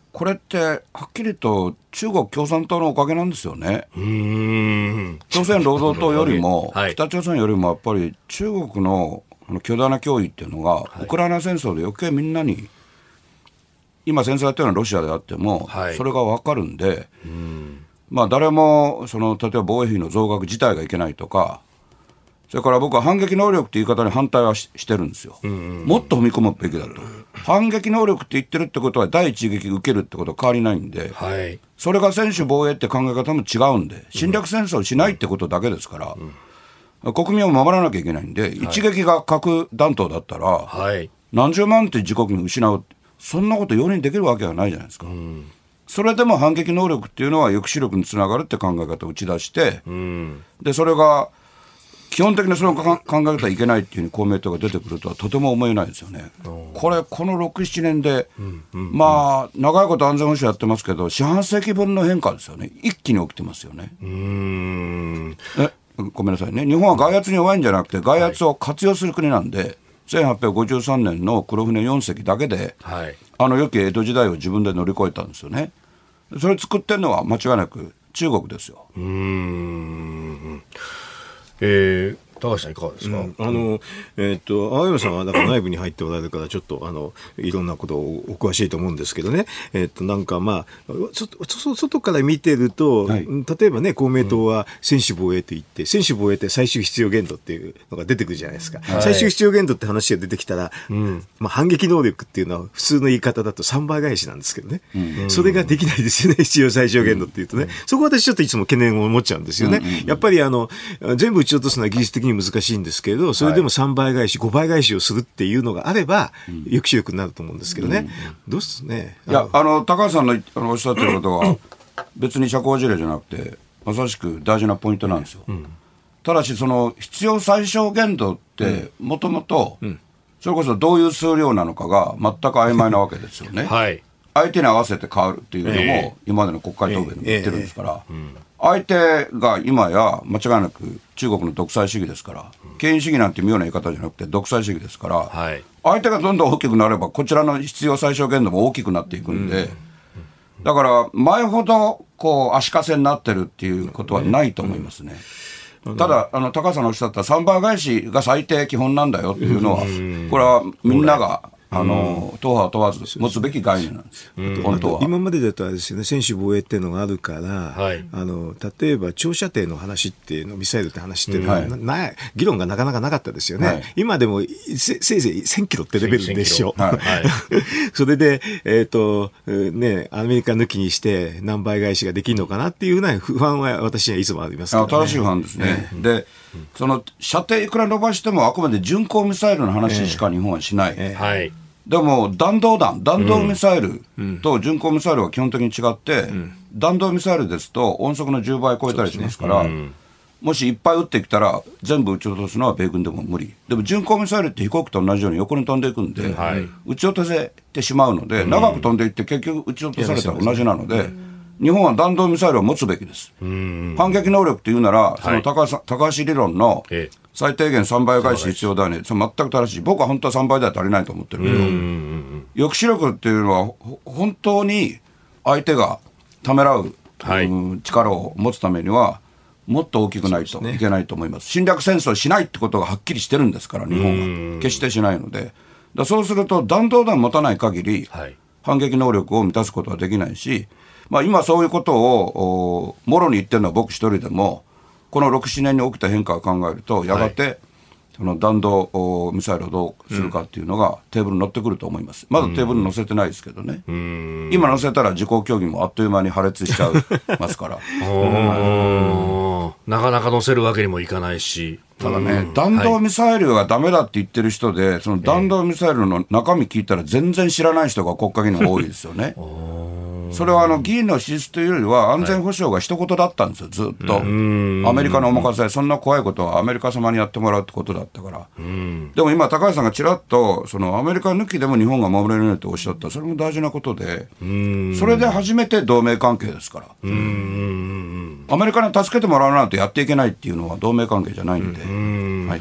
これってはっきりと中国共産党のおかげなんですよね。 うーん朝鮮労働党よりも、 はい、 北朝鮮よりもやっぱり中国の巨大な脅威っていうのが、はい、ウクライナ戦争で余計みんなに今戦争やってるのはロシアであっても、はい、それが分かるんで、うんまあ、誰もその例えば防衛費の増額自体がいけないとか、それから僕は反撃能力って言い方に反対は し, してるんですよ、うんうん、もっと踏み込むべきだと。反撃能力って言ってるってことは第一撃受けるってことは変わりないんで、はい、それが専守防衛って考え方も違うんで、侵略戦争をしないってことだけですから、うん、国民を守らなきゃいけないんで、はい、一撃が核弾頭だったら、はい、何十万って自国民失う、そんなこと容認できるわけがないじゃないですか、うん、それでも反撃能力っていうのは抑止力につながるって考え方を打ち出して、うん、でそれが基本的にその考え方はいけないっていうふうに公明党が出てくるとはとても思えないですよね。これこのろく、ななねんで、うんうんうん、まあ長いこと安全保障やってますけど四半世紀分の変化ですよね。一気に起きてますよね。うーんえごめんなさいね。日本は外圧に弱いんじゃなくて外圧を活用する国なんで、はい、せんはっぴゃくごじゅうさんねんの黒船よん隻だけで、はい、あの良き江戸時代を自分で乗り越えたんですよね。それ作ってるのは間違いなく中国ですよ。うーんえー、高橋さんいかがですか。うん、 あのえー、っと青山さんはだから内部に入っておられるからちょっとあのいろんなことをお詳しいと思うんですけどね、えー、っとなんかまあちょっと外から見てると、はい、例えばね公明党は専守防衛と言って、うん、専守防衛って最終必要限度っていうのが出てくるじゃないですか、はい、最終必要限度って話が出てきたら、うんまあ、反撃能力っていうのは普通の言い方だとさんばい返しなんですけどね、うん、それができないですよね。必要最小限度っていうとね、うん、そこは私ちょっといつも懸念を持っちゃうんですよね、うんうんうん、やっぱりあの全部撃ち落とすのは技術的に難しいんですけど、それでもさんばい返し、ごばい返しをするっていうのがあれば、うん、抑止力になると思うんですけどね、うん、どうすね。 いやあの高橋さんのあのおっしゃってることは別に社交辞令じゃなくてまさしく大事なポイントなんですよ、うん、ただしその必要最小限度ってもともとそれこそどういう数量なのかが全く曖昧なわけですよね、はい、相手に合わせて変わるっていうのも、えー、今までの国会答弁でも言ってるんですから、えーえーうん相手が今や間違いなく中国の独裁主義ですから、権威主義なんて妙な言い方じゃなくて独裁主義ですから、はい、相手がどんどん大きくなればこちらの必要最小限度も大きくなっていくんで、うん、だから前ほどこう足かせになってるっていうことはないと思いますね、うん、ただあの高橋さんのおっしゃったさんばい返しが最低基本なんだよっていうのは、うん、これはみんながあの党派を問わず持つべき概念なんですよ、うん、本当は。 今までだとあれですよね、専守防衛っていうのがあるから、はい、あの例えば長射程の話っていうのミサイルって話っていうのは、うん、な議論がなかなかなかったですよね、はい、今でもせ, せいぜいせんキロってレベルでしょ、はい、それで、えーとね、アメリカ抜きにして何倍返しができるのかなっていうような不安は私にはいつもありますから、ね、 正しい不安ですね、えー、でその射程いくら伸ばしてもあくまで巡航ミサイルの話しか日本はしない、えーえーはいでも弾道弾、弾道ミサイルと巡航ミサイルは基本的に違って、うん、弾道ミサイルですと音速のじゅうばい超えたりしますから、ねうん、もしいっぱい撃ってきたら全部撃ち落とすのは米軍でも無理。でも巡航ミサイルって飛行機と同じように横に飛んでいくんで、うんはい、撃ち落とせてしまうので、うん、長く飛んでいって結局撃ち落とされたら同じなので、日本は弾道ミサイルを持つべきです。うん反撃能力というなら、その 高, 高橋理論の最低限さんばい返し必要だね、それ全く正しい。僕は本当はさんばいでは足りないと思ってるけど、抑止力っていうのは本当に相手がためらう、はい、うん力を持つためにはもっと大きくないといけないと思います。侵略戦争しないってことがはっきりしてるんですから、日本は決してしないので、だそうすると弾道弾持たない限り、はい、反撃能力を満たすことはできないし、まあ、今そういうことをもろに言ってるのは僕一人でも、このろく、ななねんに起きた変化を考えるとやがて、はい、その弾道ミサイルをどうするかっていうのがテーブルに乗ってくると思います。まだテーブルに乗せてないですけどね、うん今乗せたら自公協議もあっという間に破裂しちゃいますからおなかなか乗せるわけにもいかないし、 ただね、弾道ミサイルがダメだって言ってる人で、その弾道ミサイルの中身聞いたら全然知らない人が国会議員が多いですよねそれはあの議員の資質というよりは安全保障が一言だったんですよ、ずっと。アメリカのお任せ、そんな怖いことはアメリカ様にやってもらうってことだったから。でも今高橋さんがちらっとそのアメリカ抜きでも日本が守れるとおっしゃった、それも大事なことで、それで初めて同盟関係ですから。アメリカに助けてもらわないとやっていけないっていうのは同盟関係じゃないんで、はい。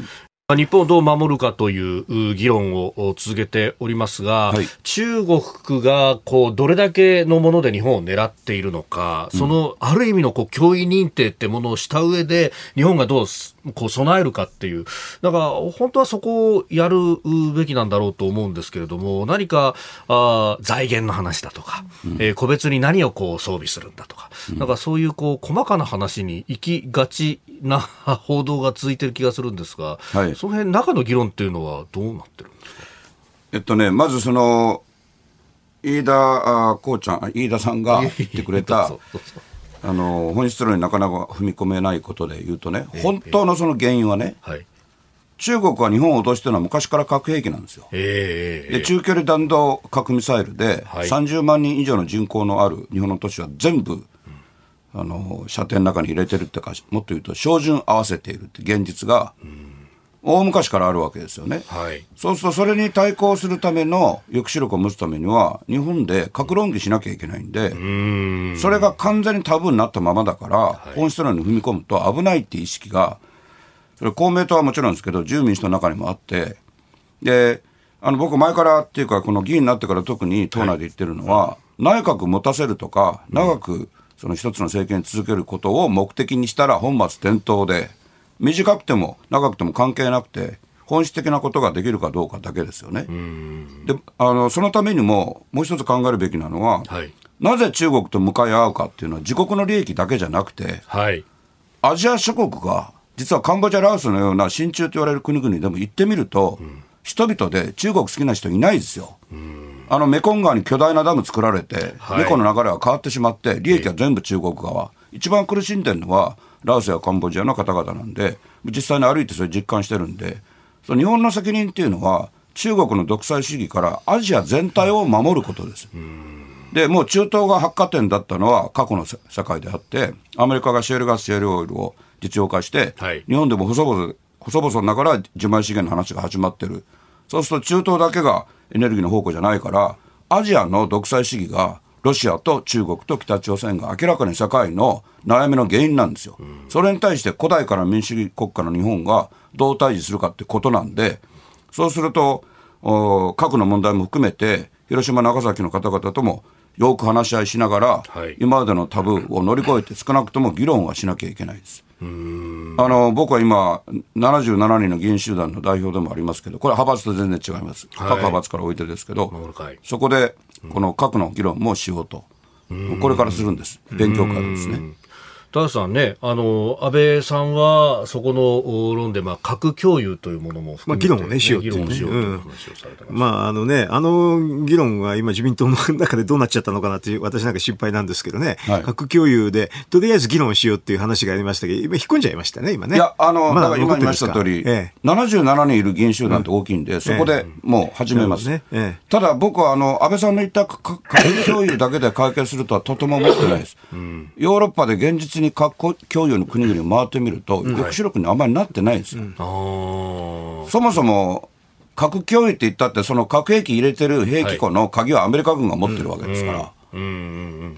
日本をどう守るかという議論を続けておりますが、はい、中国がこうどれだけのもので日本を狙っているのか、そのある意味のこう脅威認定ってものをした上で日本がどうこう備えるかっていう、だから本当はそこをやるべきなんだろうと思うんですけれども、何かあ財源の話だとか、うんえー、個別に何をこう装備するんだとか、うん、なんかそういうこう細かな話に行きがちな報道が続いている気がするんですが、はい、その辺中の議論っていうのはどうなってるんですか。 えっとね、まずその飯田こうちゃん飯田さんが言ってくれたあの本質論になかなか踏み込めないことで言うとね、本当のその原因はね、はい、中国は日本を脅しているのは昔から核兵器なんですよ。で中距離弾道核ミサイルでさんじゅうまんにん以上の人口のある日本の都市は全部あの射程の中に入れてるってか、もっと言うと照準合わせているって現実が大昔からあるわけですよね、はい、そうするとそれに対抗するための抑止力を持つためには日本で核論議しなきゃいけないんで、うーんそれが完全にタブーになったままだから、はい、本質論に踏み込むと危ないっていう意識が、それ公明党はもちろんですけど自由民主党の中にもあって、であの僕前からっていうかこの議員になってから特に党内で言ってるのは、はい、内閣持たせるとか長くその一つの政権に続けることを目的にしたら本末転倒で、短くても長くても関係なくて本質的なことができるかどうかだけですよね。うーんであのそのためにももう一つ考えるべきなのは、はい、なぜ中国と向かい合うかっていうのは自国の利益だけじゃなくて、はい、アジア諸国が実はカンボジアラオスのような親中と言われる国々でも行ってみると、うん、人々で中国好きな人いないですよ。うんあのメコン川に巨大なダム作られて、はい、猫の流れは変わってしまって利益は全部中国側、一番苦しんでるのはラオスやカンボジアの方々なんで、実際に歩いてそれ実感してるんで、その日本の責任っていうのは中国の独裁主義からアジア全体を守ることです。でもう中東が発火点だったのは過去の世界であって、アメリカがシェールガスシェールオイルを実用化して、はい、日本でも細々細々ながら自前資源の話が始まってる。そうすると中東だけがエネルギーの宝庫じゃないから、アジアの独裁主義がロシアと中国と北朝鮮が明らかに世界の悩みの原因なんですよ、うん、それに対して古代から民主主義国家の日本がどう対峙するかってことなんで、そうすると核の問題も含めて広島長崎の方々ともよく話し合いしながら、はい、今までのタブーを乗り越えて少なくとも議論はしなきゃいけないです。うーんあの僕は今ななじゅうななにんの議員集団の代表でもありますけど、これ派閥と全然違います、はい、各派閥から置いてですけど、そこでこの核の議論もしようと、うん、これからするんです。勉強会ですね。 田中さんね、あの安倍さんはそこの論で、まあ、核共有というものも含めて、 まあ、議論を、ね、しようという、ね、議論しようという話をされてました、うん、まああのね、あの議論は今自民党の中でどうなっちゃったのかなっていう私なんか心配なんですけどね、はい、核共有でとりあえず議論しようっていう話がありましたけど、今引っ込んじゃいましたね今ね。 いやあの、まだ今言いました通り、ええ、ななじゅうななにんいる議員集団って大きいんで、うん、そこでもう始めます、ええええ、ただ僕はあの安倍さんの言った核共有だけで解決するとはとても思ってないです、うん、ヨーロッパで現実に核共有の国々を回ってみると、抑止力にあんまりなってないんですよ、うん、そもそも核共有って言ったってその核兵器入れてる兵器庫の鍵はアメリカ軍が持ってるわけですから、うんうんうん、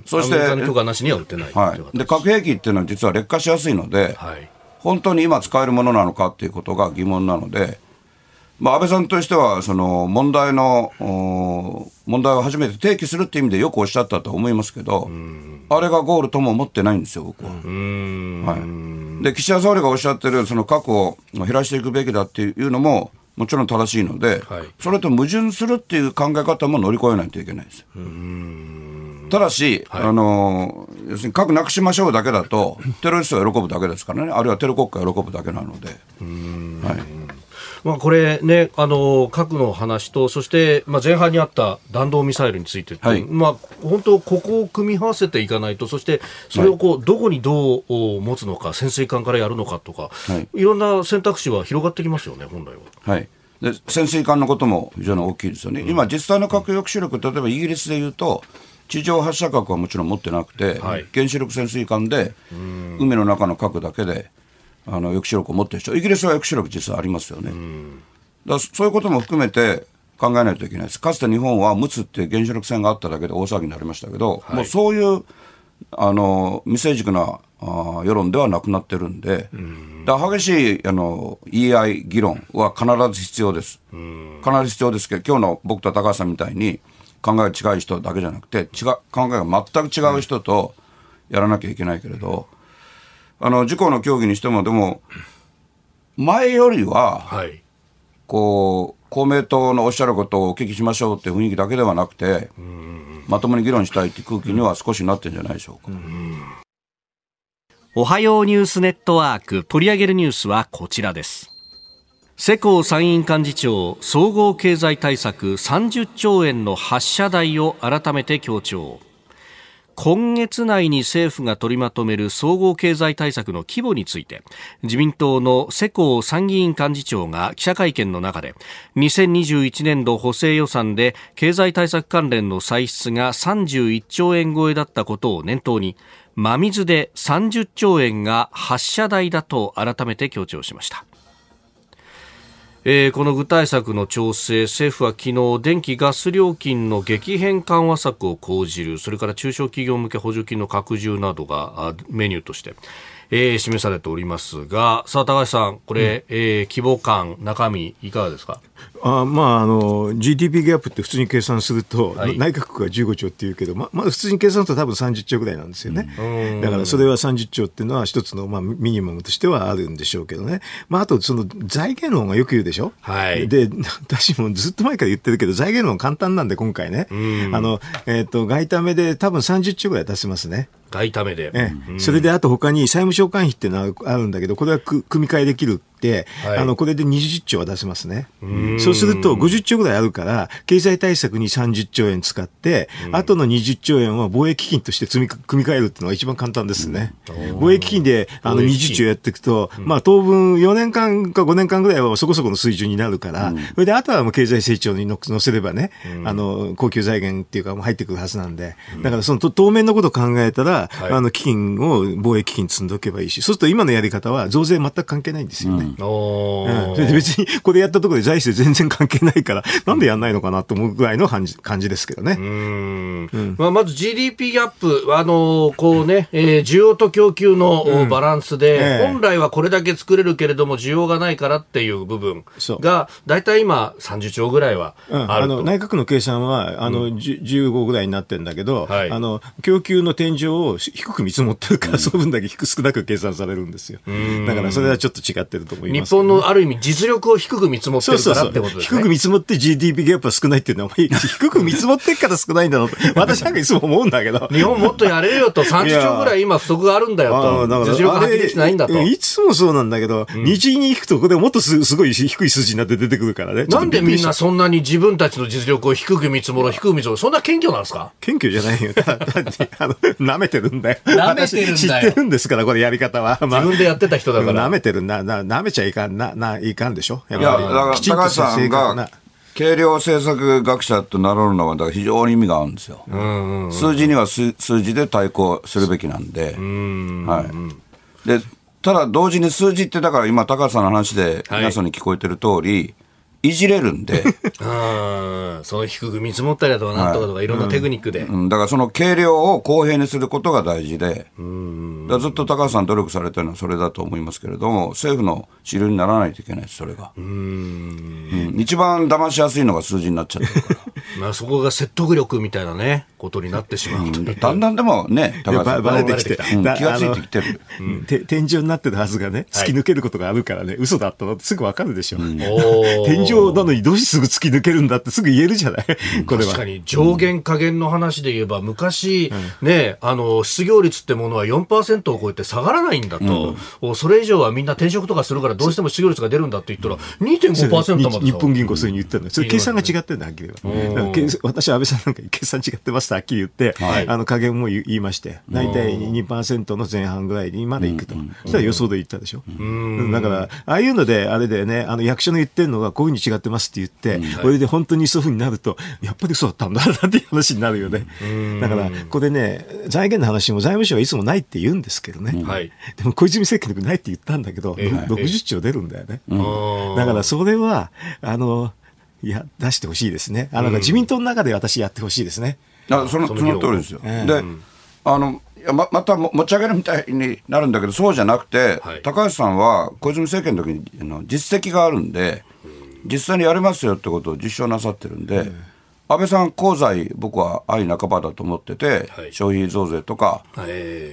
そしてアメリカの許可なしには売ってない、はい、で核兵器っていうのは実は劣化しやすいので、はい、本当に今使えるものなのかっていうことが疑問なので、まあ、安倍さんとしてはその問題の問題を初めて提起するっていう意味でよくおっしゃったと思いますけど、あれがゴールとも思ってないんですよ僕は。うーん、はい、で岸田総理がおっしゃってるその核を減らしていくべきだっていうのももちろん正しいので、はい、それと矛盾するっていう考え方も乗り越えないといけないです。うーん、ただし、はい、あの要するに核なくしましょうだけだとテロリストが喜ぶだけですからね、あるいはテロ国家が喜ぶだけなので。うーん、はい、 まあ、これね、あの核の話とそして、まあ、前半にあった弾道ミサイルについて、はい、まあ、本当ここを組み合わせていかないと、そしてそれをこうどこにどう持つのか、潜水艦からやるのかとか、はい、いろんな選択肢は広がってきますよね本来は。 はい、で潜水艦のことも非常に大きいですよね、うん、今実際の核抑止力、例えばイギリスでいうと地上発射核はもちろん持ってなくて、はい、原子力潜水艦で海の中の核だけであの抑止力を持っている人、イギリスは抑止力実はありますよね。うん、だそういうことも含めて考えないといけないです。かつて日本は陸奥って原子力船があっただけで大騒ぎになりましたけど、はい、もうそういうあの未成熟なあ世論ではなくなってるんで、うんだから激しいあの言い合い、議論は必ず必要です。必ず必要ですけど、今日の僕と高橋さんみたいに考えが近い人だけじゃなくて、違う考えが全く違う人とやらなきゃいけないけれど、あの自公の協議にしても、でも前よりは、はい、こう公明党のおっしゃることをお聞きしましょうっていう雰囲気だけではなくて、まともに議論したいっていう空気には少しなってるんじゃないでしょうか。 おはようニュースネットワーク、取り上げるニュースはこちらです。世耕参院幹事長、総合経済対策さんじゅっちょうえんの発射台を改めて強調。今月内に政府が取りまとめる総合経済対策の規模について、自民党の世耕参議院幹事長が記者会見の中で、にせんにじゅういちねんど補正予算で経済対策関連の歳出がさんじゅういっちょうえん超えだったことを念頭に、真水でさんじゅっちょうえんが発射台だと改めて強調しました。えー、この具体策の調整、政府は昨日電気ガス料金の激変緩和策を講じる、それから中小企業向け補助金の拡充などがメニューとして、えー、示されておりますが、さあ高橋さん、これ、うん、えー、規模感、中身いかがですか。 あまあ、あの ジーディーピー ギャップって普通に計算すると、はい、内閣府がじゅうごちょうっていうけど、ままあ、普通に計算すると多分さんじゅっちょうぐらいなんですよね、うん、だからそれはさんじゅっちょうっていうのは一つの、まあ、ミニマムとしてはあるんでしょうけどね、まあ、あとその財源論がよく言うでしょ、はい、で私もずっと前から言ってるけど財源論簡単なんで今回ね、あの、えー、と外為で多分さんじゅっちょうぐらい出せますね。 外為で、 ええ、それであと他に債務償還費っていうのはあるんだけど、これは組み替えできるって、はい、あのこれでにじゅっちょうは出せますね。うそうするとごじゅっちょうぐらいあるから、経済対策にさんじゅっちょうえん使って、あとのにじゅっちょうえんは貿易基金として積み組み替えるっていうのが一番簡単ですね。貿易基金であのにじゅっちょうやっていくと、まあ、当分よねんかんかごねんかんぐらいはそこそこの水準になるから、うん、それであとはもう経済成長に乗せればね、うん、あの恒久財源っていうかもう入ってくるはずなんで、だからその当面のことを考えたら、はい、あの基金を貿易基金積んでおけばいいし、そうすると今のやり方は増税全く関係ないんですよね。うんうん、それで別にこれやったところで財政全然関係ないからなんでやんないのかなと思うぐらいの感じ、感じですけどね。うん、 うん、まあ、まず ジーディーピー ギャップ、あのこうね、えー、需要と供給の、うん、バランスで、えー、本来はこれだけ作れるけれども需要がないからっていう部分がだいたい今さんじゅっちょうぐらいはあると、うん、あの内閣の計算はあの、うん、じゅうごぐらいになってるんだけど、はい、あの供給の天井を低く見積もってるから、うん、その分だけ低く少なく計算されるんですよ。だからそれはちょっと違ってると思います、ね、 日本のある意味実力を低く見積もってるからってことですね。そうそうそう、 低く見積もって ジーディーピー ギャップは少ないっていうのは低く見積もってから少ないんだろうと私なんかいつも思うんだけど日本もっとやれるよとさんじゅっちょうぐらい今不足があるんだよと実力発揮できてないんだといつもそうなんだけど、うん、日銀に行くとこれもっと す, すごい低い数字になって出てくるからね。 なんでみんなそんなに自分たちの実力を低く見積もる低く見積もるそんな謙虚なんですか。 謙虚じゃないよただ単にあの舐めてるんだよ。 舐めてるんだよ。 知ってるんですからこれやり方は、 まあ、自分でやってた人だから舐めてるなな舐めちゃいかんなないかんでしょ。 いやだから高橋さんが計量政策学者と名乗るのはだから非常に意味があるんですよ、うんうんうん、数字には数字で対抗するべきなんで、うんうんうん、はい、でただ同時に数字ってだから今高橋さんの話で皆さんに聞こえてる通り、はい、いじれるんであその低く見積もったりだとかなんとかとかいろんなテクニックで、 うんうん、だからその計量を公平にすることが大事で、うんだからずっと高橋さん努力されてるのはそれだと思いますけれども、政府の主流にならないといけないですそれが。うん、うん、一番騙しやすいのが数字になっちゃってるからまあそこが説得力みたいなねことになってしまう、うん、 だんだんでもね高橋さんバレてきて、 うん、気がついてきてる、 うん、て天井になってるはずがね突き抜けることがあるからね、はい、嘘だったのってすぐ分かるでしょ、うん、天井なのにどうしてすぐ突き抜けるんだってすぐ言えるじゃない、うん、これは確かに上限下限の話で言えば昔、うん、ねあの失業率ってものは よんパーセント を超えて下がらないんだと、うん、それ以上はみんな転職とかするからどうしても失業率が出るんだって言ったら にてんごパーセント まで日本銀行そういうふうに言ってるの。それ計算が違ってるんだはっきり言えば。私は安倍さんなんか計算違ってますとはっきり言って、はい、あの加減も言いまして大体 にパーセント の前半ぐらいにまでいくと、うん、そしたら予想で言ったでしょ、うん、だからああいうのであれでねあの役所の言ってるのがこういうふうに違ってますって言って、うん、これで本当にそういうふうになるとやっぱりそうだったんだなっていう話になるよね。だからこれね財源の話も財務省はいつもないって言うんですけどね、はい、でも小泉政権でないって言ったんだけど、えー、ろくじゅっちょう出るんだよね、うん、だからそれはあのいや出してほしいですね。あの、うん、自民党の中で私やってほしいですね。 あそのその通りですよ、えー、で、うん、あのや ま, また持ち上げるみたいになるんだけど、そうじゃなくて、はい、高橋さんは小泉政権の時にの実績があるんで、実際にやれますよってことを実証なさってるんで、うん、安倍さん功罪僕は愛半ばだと思ってて、はい、消費増税とか、はい、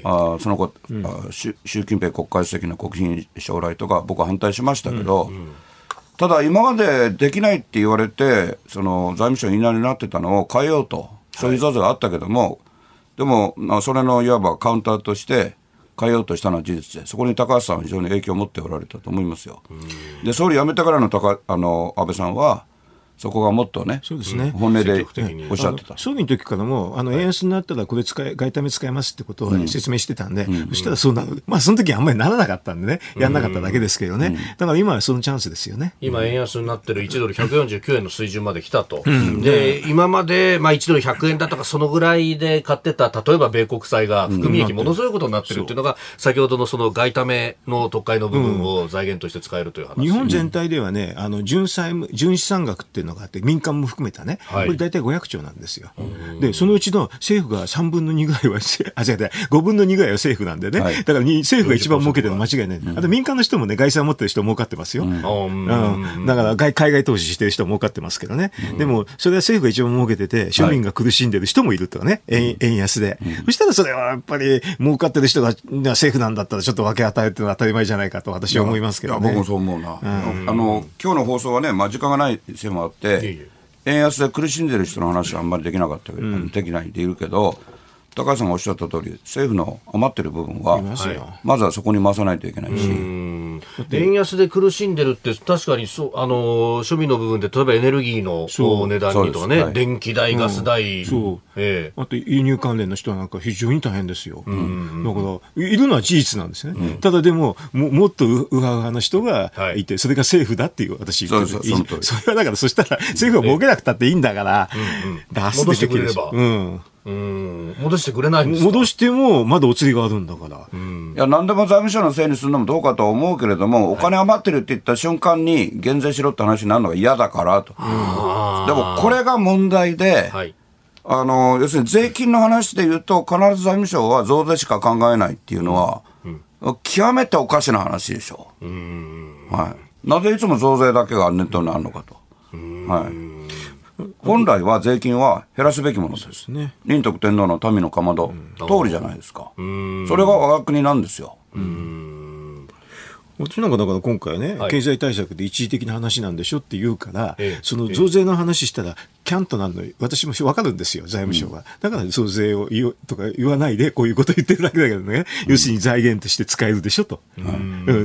あその後、うん、習近平国家主席の国賓将来とか僕は反対しましたけど、うんうん、ただ今までできないって言われてその財務省言いなりになってたのを変えようと、消費増税があったけども、はい、でも、まあ、それのいわばカウンターとして変えようとしたのは事実で、そこに高橋さんは非常に影響を持っておられたと思いますよ。で総理辞めてからの高あの安倍さんはそこがもっとね、そうですね、本音でおっしゃってた。 総理の時からもあの円安になったらこれ使い外為使いますってことを説明してたんで、うん、そしたらそうなる、まあその時はあんまりならなかったんでね、やんなかっただけですけどね、うん、だから今はそのチャンスですよね。 今円安になってるいちドルひゃくよんじゅうきゅうえんの水準まで来たと、うん、で今までまあいちドルひゃくえんだとかそのぐらいで買ってた例えば米国債が含み益ものすごいことになってるっていうのが、先ほどのその外為の特会の部分を財源として使えるという話、うん、 日本全体ではね、あの純債務純資産額っていうのがあって、民間も含めたね、はい、これ大体ごひゃくちょうなんですよ。でそのうちの政府がさんぶんのにぐらいはあ違うごぶんのにぐらいは政府なんでね、はい、だから政府が一番儲けてるのは間違いない、うん、あと民間の人もね外債持ってる人儲かってますよ、うんうん、だから外海外投資してる人儲かってますけどね、うん、でもそれは政府が一番儲けてて庶民が苦しんでる人もいるとかね、はい、円, 円安で、うん、そしたらそれはやっぱり儲かってる人が政府なんだったらちょっと分け与えてるのは当たり前じゃないかと私は思いますけどね。 いや僕もそう思うな、うん、あの今日の放送はね、まあ、時間がないせいもあっていい円安で苦しんでる人の話はあんまりできなかったけど、うん、できないでいるけど、高橋さんがおっしゃった通り政府の余ってる部分はまずはそこに回さないといけないし、 うん円安で苦しんでるって確かにそうあの庶民の部分で例えばエネルギーの値段にとかね、はい、電気代ガス代、うんそうえー、あと輸入関連の人なんか非常に大変ですよ、うん、だからいるのは事実なんですね、うん、ただでも も, もっとウハウハな人がいて、はい、それが政府だっていう私言ってる。そうそうそうそれはだからそしたら政府が儲けなくたっていいんだから、うんうん、出す戻してくれれば、うんうん戻してくれないんですか。 戻してもまだお釣りがあるんだから、 うん、いや何でも財務省のせいにするのもどうかとは思うけれども、はい、お金余ってるって言った瞬間に減税しろって話になるのが嫌だからと。でもこれが問題で、はい、あの要するに税金の話で言うと必ず財務省は増税しか考えないっていうのは、うんうん、極めておかしな話でしょう、うんはい、なぜいつも増税だけがネットにあるのかと、うんはい本来は税金は減らすべきものです。ね、仁徳天皇の民のかまど、うん、通りじゃないですか。うんそれが我が国なんですよ。 うん私なんかだから今回ね、はい、経済対策で一時的な話なんでしょって言うから、ええ、その増税の話したらキャンとなるの私も分かるんですよ財務省が、うん、だから増税を言うとか言わないでこういうこと言ってるだけだけどね、うん、要するに財源として使えるでしょと、うんうん、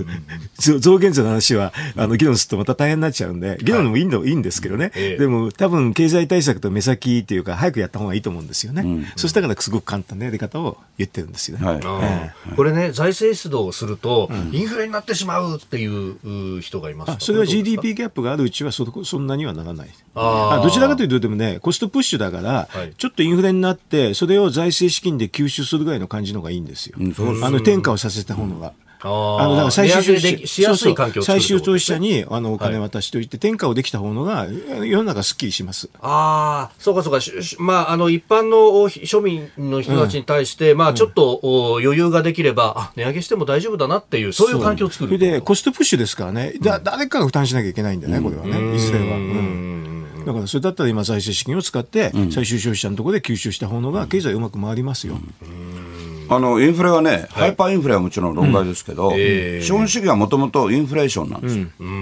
増減税の話はあの議論するとまた大変になっちゃうんで議論もいいの、はい、いいんですけどね、ええ、でも多分経済対策と目先っていうか早くやった方がいいと思うんですよね、うん、そしたからすごく簡単なやり方を言ってるんですよね、はいええ、これね財政出動をすると、うん、インフレになってしまうっていう人がいますか。 あそれは ジーディーピー ギャップがあるうちは そ, そんなにはならない。ああどちらかというとでもねコストプッシュだから、はい、ちょっとインフレになってそれを財政資金で吸収するぐらいの感じのがいいんですよ、うん、あの転嫁をさせた方のが、うん、あのだから最終しやすい環境を作る、 最終投資者にあのお金渡しておいて、はい、転嫁をできた方のが世の中すっきりします。 ああそうかそうか、まあ、あの一般の庶民の人たちに対して、うんまあ、ちょっと余裕ができればあ値上げしても大丈夫だなっていうそういう環境を作る。 それでコストプッシュですからね、だ誰かが負担しなきゃいけないんだよね、これはねいずれは、うんだからそれだったら今財政資金を使って最終消費者のところで吸収した方のが経済うまく回りますよ、 うん、あのインフレはね、はい、ハイパーインフレはもちろん論外ですけど、うんえー、資本主義はもともとインフレーションなんですよ、うん、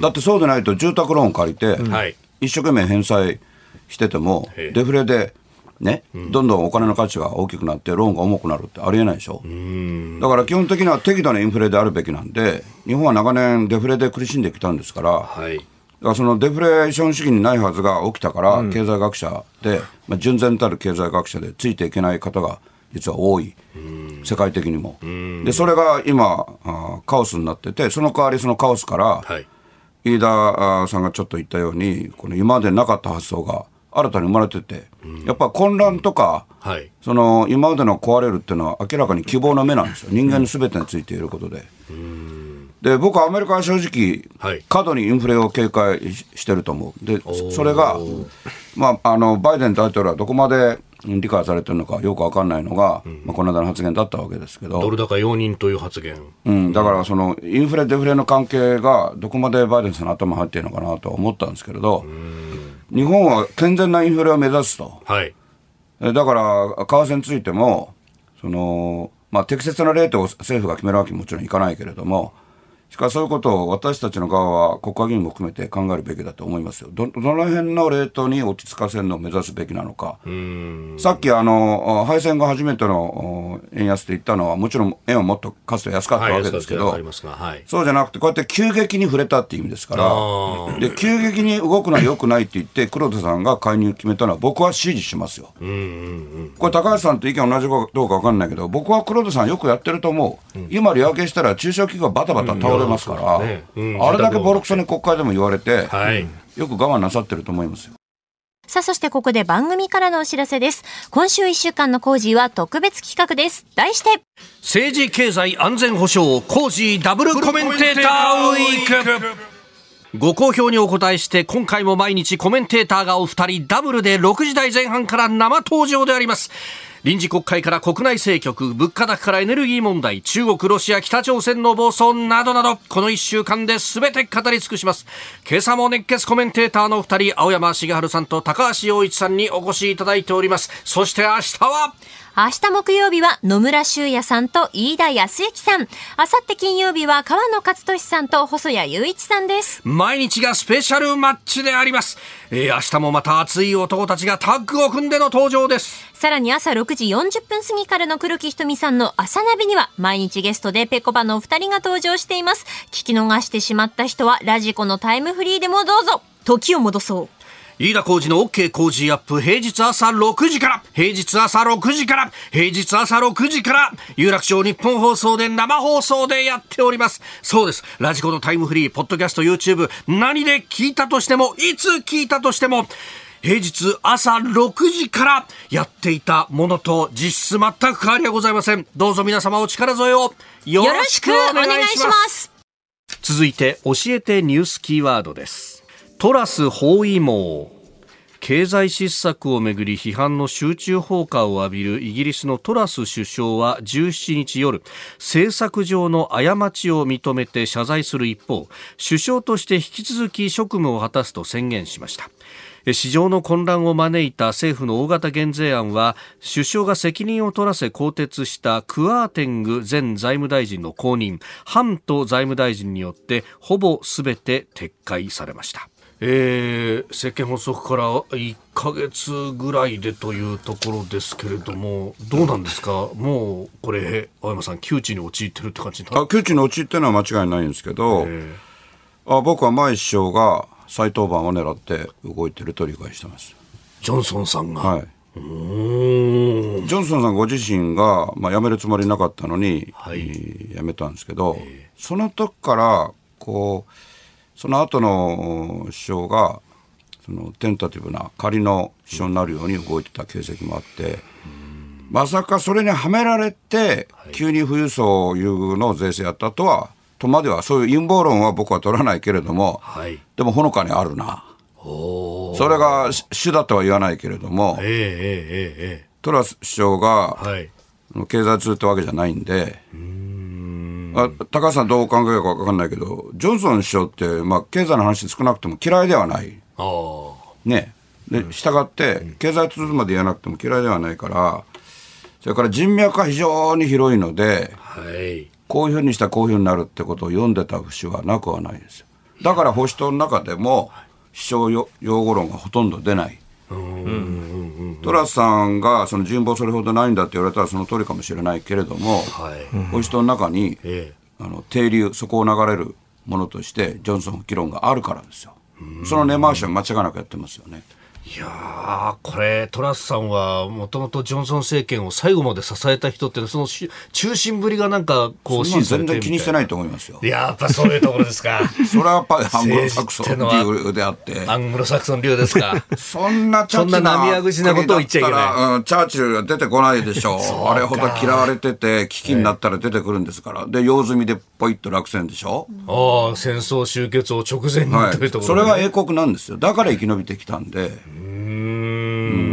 だってそうでないと住宅ローン借りて、うん、一生懸命返済しててもデフレでね、どんどんお金の価値が大きくなってローンが重くなるってありえないでしょ。うんだから基本的には適度なインフレであるべきなんで日本は長年デフレで苦しんできたんですから、はいだからそのデフレーション主義にないはずが起きたから、うん、経済学者で、まあ、純然たる経済学者でついていけない方が実は多い、うん、世界的にも、うん、でそれが今あカオスになっててその代わりそのカオスから、はい、飯田さんがちょっと言ったようにこの今までなかった発想が新たに生まれてて、うん、やっぱ混乱とか、はい、その今までの壊れるっていうのは明らかに希望の目なんですよ。人間の全てについていることで、うんで僕はアメリカは正直、はい、過度にインフレを警戒してると思う。でそれが、まあ、あのバイデン大統領はどこまで理解されてるのかよく分かんないのが、うんまあ、この間の発言だったわけですけど、 ドル高容認という発言、 うん、だからそのインフレデフレの関係がどこまでバイデンさんの頭に入っているのかなと思ったんですけれど、日本は健全なインフレを目指すと、 はい、 だから為替についてもその、まあ、適切なレートを政府が決めるわけにもちろんいかないけれども、しかしそういうことを私たちの側は国会議員も含めて考えるべきだと思いますよ。 ど, どの辺のレートに落ち着かせるのを目指すべきなのか。うーんさっきあの敗戦後初めての円安と言ったのはもちろん円はもっとかつて安かったわけですけど、はいはい、そうじゃなくてこうやって急激に触れたっていう意味ですから、で急激に動くのは良くないって言って黒田さんが介入を決めたのは僕は支持しますよ。うんうんうん、これ高橋さんと意見同じかどうか分かんないけど僕は黒田さんよくやってると思う、うん、今利上げしたら中小企業がバタバタ倒れますから、うんねうん、あれだけボロクソに国会でも言われて、はい、よく我慢なさってると思いますよ。 さあ、そしてここで番組からのお知らせです。今週いっしゅうかんのコージーは特別企画です。題して政治経済安全保障コージーダブルコメンテーターウィーク。ご好評にお答えして今回も毎日コメンテーターがお二人ダブルでろくじ台前半から生登場であります。臨時国会から国内政局、物価高からエネルギー問題、中国、ロシア、北朝鮮の暴走などなど、このいっしゅうかんで全て語り尽くします。今朝も熱血コメンテーターのお二人、青山茂春さんと高橋洋一さんにお越しいただいております。そして明日は明日木曜日は野村修也さんと飯田康之さん。あさって金曜日は川野勝利さんと細谷雄一さんです。 毎日がスペシャルマッチであります。えー、明日もまた熱い男たちがタッグを組んでの登場です。 さらに朝ろくじよんじゅっぷん過ぎからの黒木ひとみさんの朝ナビには毎日ゲストでぺこぱのお二人が登場しています。聞き逃してしまった人はラジコのタイムフリーでもどうぞ。時を戻そう。 飯田浩司の OK 工事アップ、平日朝ろくじから、平日朝ろくじから、平日朝ろくじから、有楽町日本放送で生放送でやっております。そうです。ラジコのタイムフリー、ポッドキャスト、YouTube、何で聞いたとしても、いつ聞いたとしても、平日朝ろくじからやっていたものと実質全く変わりはございません。どうぞ皆様お力添えをよろしくお願いします。続いて教えてニュースキーワードです。トラス包囲網。経済失策をめぐり批判の集中砲火を浴びるイギリスのトラス首相はじゅうしちにち夜、政策上の過ちを認めて謝罪する一方、首相として引き続き職務を果たすと宣言しました。市場の混乱を招いた政府の大型減税案は、首相が責任を取らせ更迭したクワーテング前財務大臣の後任、ハント財務大臣によってほぼすべて撤回されました。えー、政権発足からいっかげつぐらいでというところですけれども、どうなんですか。もうこれ青山さん窮地に陥ってるって感じになる。 あ、窮地に陥ってるのは間違いないんですけど、あ僕は前首相が再登板を狙って動いてると理解してます。 ジョンソンさんが、はい、うーんジョンソンさんご自身が、まあ、辞めるつもりなかったのに、はい、辞めたんですけど、その時からこうその後の首相がそのテンタティブな仮の首相になるように動いてた形跡もあって、まさかそれにはめられて急に富裕層優遇の税制やったとはとまではそういう陰謀論は僕は取らないけれども、はい、でもほのかにあるな。おそれが主だとは言わないけれども、えーえーえー、トラス首相が、はい、経済通ってわけじゃないんで、うーんあ高橋さんどう考えるか分かんないけど、ジョンソン首相って、まあ、経済の話少なくとも嫌いではない、あね、で従って経済通まで言わなくても嫌いではないから、それから人脈が非常に広いので、はい、こういうふうにしたらこういうふうになるってことを読んでた節はなくはないですよ。だから保守党の中でも首相用語論がほとんど出ない。うんうんうんうん、トラスさんがその人望それほどないんだって言われたらその通りかもしれないけれども、はい、保守党の中に、ええ、あの底流そこを流れるものとしてジョンソン議論があるからですよ。その根回しは間違いなくやってますよね。 いやーこれトラスさんはもともとジョンソン政権を最後まで支えた人ってその中心ぶりがなんかこうそんな全然気にしてないと思いますよ。 いややっぱそういうところですか。 それはやっぱりアングロサクソン流であってアングロサクソン流ですか。 そんなチャチな涙口なことを言っちゃいけない、 うん、チャーチルが出てこないでしょう。あれほど嫌われてて危機になったら出てくるんですから、で用済みでポイッと落選でしょ。 ああ戦争終結を直前に、はい、というところ、ね、 それが英国なんですよ。だから生き延びてきたんで。 うん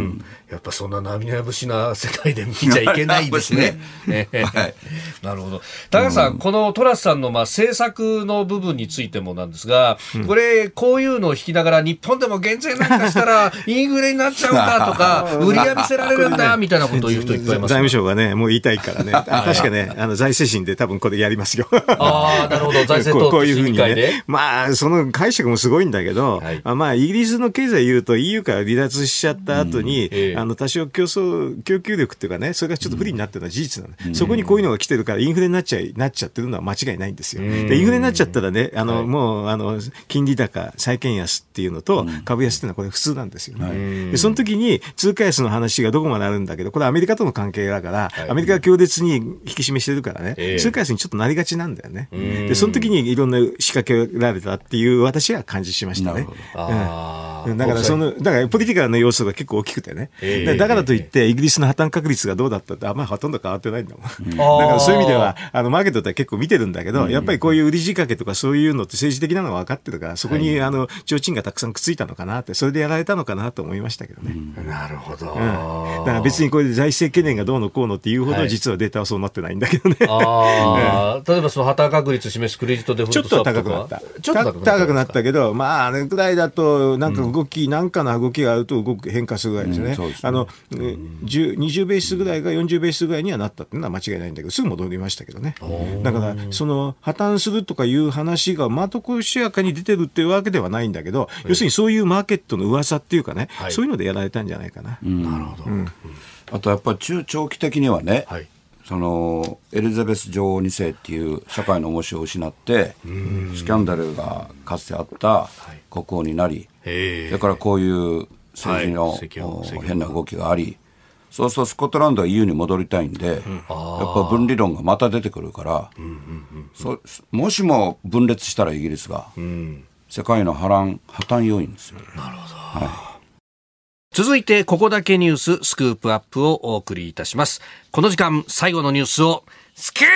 やっぱそんな涙節な世界で見ちゃいけないんですね。はい、なるほど。高橋さん、うん、このトラスさんのまあ政策の部分についてもなんですが、うん、これこういうのを引きながら日本でも減税なんかしたらインフレになっちゃうんだとか売り上げせられるんだみたいなことを言う人いっぱいいます。 財務省がねもう言いたいからね。確かねあの財政審で多分これやりますよ。 ああなるほど財政党こういうふうにね。まあその解釈もすごいんだけど、はい、まあイギリスの経済言うと イーユー から離脱しちゃった後に、うんええ、あの多少競争供給力っていうかねそれがちょっと不利になってるのは事実なの、うん、そこにこういうのが来てるからインフレになっちゃいなっちゃってるのは間違いないんですよ。でインフレになっちゃったらねあの、はい、もうあの金利高債券安っていうのと株安っていうのはこれ普通なんですよ、ね、うん、でその時に通貨安の話がどこまであるんだけどこれはアメリカとの関係だから、はい、アメリカが強烈に引き締めしてるからね、えー、通貨安にちょっとなりがちなんだよね。でその時にいろんな仕掛けられたっていう私は感じしましたね。うん、だからそのだからポリティカルな要素が結構大きくてね、えー、だからといってイギリスの破綻確率がどうだったってあんまりほとんど変わってないんだもん、うん、だからそういう意味ではあのマーケットって結構見てるんだけど、うん、やっぱりこういう売り仕掛けとかそういうのって政治的なのが分かってるからそこに、はい、あの提灯がたくさんくっついたのかなってそれでやられたのかなと思いましたけどね、 うん、なるほど、 うん、だから別にこれで財政懸念がどうのこうのっていうほど実はデータはそうなってないんだけどね、 はい、あ例えばその破綻確率示すクレジットデフォルトスワップとかちょっと高くなったちょっと高くなったけどまああれぐらいだとなんか動き、うん、なんかの動きがあると動く変化するぐらいですね、うん、そうですねあの、うん、にじゅうベースぐらいがよんじゅうベースぐらいにはなったっていうのは間違いないんだけどすぐ戻りましたけどね。だからその破綻するとかいう話がまとこしやかに出てるっていうわけではないんだけど、はい、要するにそういうマーケットの噂っていうかね、はい、そういうのでやられたんじゃないかな、 うん、なるほど、うん、 あとやっぱり中長期的にはね、はい、そのエリザベス女王に世っていう社会の重しを失ってスキャンダルがかつてあった国王になり、はい、だからこういう政治の、はい、変な動きがありそうするとスコットランドは イーユー に戻りたいんで、うん、やっぱ分離論がまた出てくるから、うんうんうん、そもしも分裂したらイギリスが、うん、世界の波乱破綻要因ですよ。 なるほど、はい、続いてここだけニューススクープアップをお送りいたします。この時間最後のニュースをスクープア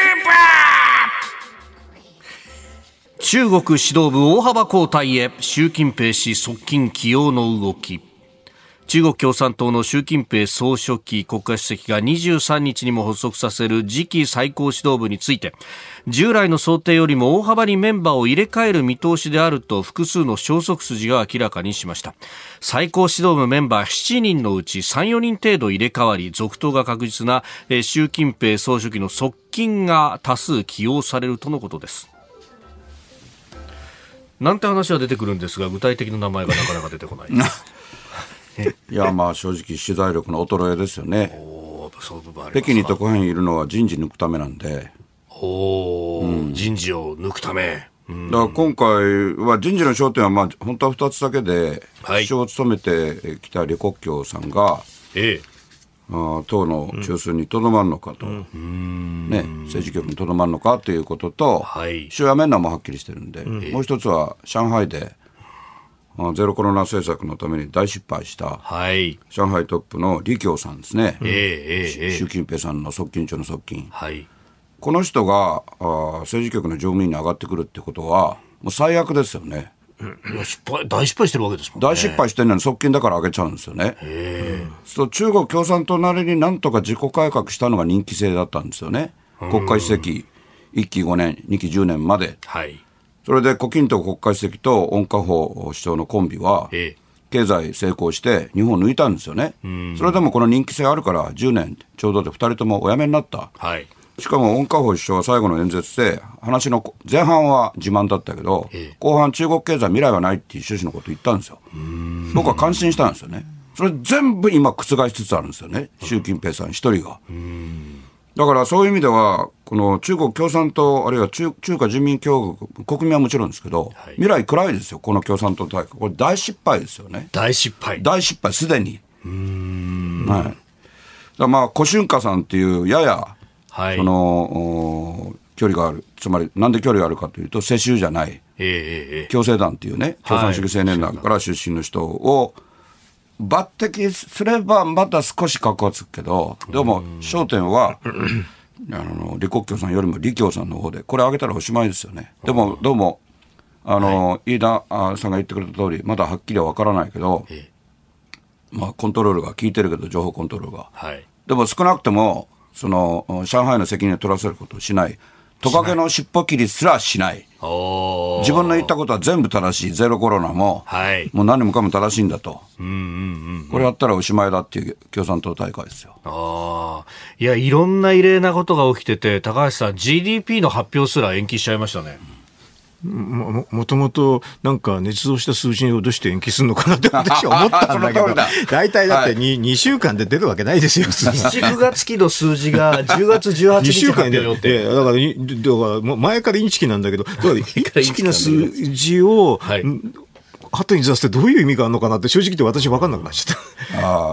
ップ。中国指導部大幅交代へ習近平氏側近起用の動き。中国共産党の習近平総書記国家主席がにじゅうさんにちにも発足させる次期最高指導部について従来の想定よりも大幅にメンバーを入れ替える見通しであると複数の消息筋が明らかにしました。最高指導部メンバーしちにんのうち さん、よにん程度入れ替わり続投が確実な習近平総書記の側近が多数起用されるとのことです。なんて話は出てくるんですが具体的な名前がなかなか出てこないいやまあ正直取材力の衰えですよね。お北京に特派員いるのは人事抜くためなんでお、うん、人事を抜くため、うん、 だから今回は人事の焦点はまあ本当はふたつだけで、はい、首相を務めてきた李克強さんが、ええ、あ党の中枢にとどまるのかと、うんね、政治局にとどまるのかということと、はい、首相辞めるのもはっきりしてるんで、うん、もう一つは上海でゼロコロナ政策のために大失敗した、はい、上海トップの李強さんですね、えーえー、習近平さんの側近中の側近、はい、この人があ政治局の常務委員に上がってくるってことはもう最悪ですよね。 いや失敗大失敗してるわけですもんね。 大失敗してるのに側近だから上げちゃうんですよね。へそう中国共産党なりになんとか自己改革したのが人気制だったんですよね。国家主席いっきごねんにきじゅうねんまで、はい、それで胡錦涛国家主席と温家宝首相のコンビは経済成功して日本を抜いたんですよね。それでもこの人気性あるからじゅうねんちょうどでふたりともお辞めになった、はい、しかも温家宝首相は最後の演説で話の前半は自慢だったけど後半中国経済未来はないっていう趣旨のことを言ったんですよ。僕は感心したんですよね。それ全部今覆しつつあるんですよね、習近平さん一人が。だからそういう意味ではこの中国共産党あるいは 中, 中華人民共和国国民はもちろんですけど、はい、未来暗いですよこの共産党大会。これ大失敗ですよね。 大失敗大失敗すでに。うーん、はい、だからまあ胡春華さんっていうやや、はい、その距離があるつまりなんで距離があるかというと世襲じゃない、えー、共青団っていうね共産主義青年団から出身の人を抜擢すればまた少し格好つくけどでも焦点はあの李克強さんよりも李強さんの方でこれ上げたらおしまいですよね。でもどうもあの、はい、飯田さんが言ってくれた通りまだはっきりは分からないけど、ええ、 まあ、コントロールが効いてるけど、情報コントロールが、 はい、 でも少なくともその上海の責任を取らせることをしない、トカゲの尻尾切りすらしない、自分の言ったことは全部正しい、ゼロコロナも、はい、もう何もかも正しいんだと、うんうんうんうん、これやったらおしまいだっていう共産党大会ですよ。 あ、いや、いろんな異例なことが起きてて、高橋さん ジーディーピー の発表すら延期しちゃいましたね。 も, もともとなんか捏造した数字をどうして延期するのかなって私は思ったんだけど大体だって 2,、はい、にしゅうかんで出るわけないですよ。 しちくがつ期の数字がじゅうがつじゅうはちにち発表予定。 だから、だから前からインチキなんだけど、だからインチキな数字を、はい、後にずらしてどういう意味があるのかなって正直言って私分かんなくなっちゃった。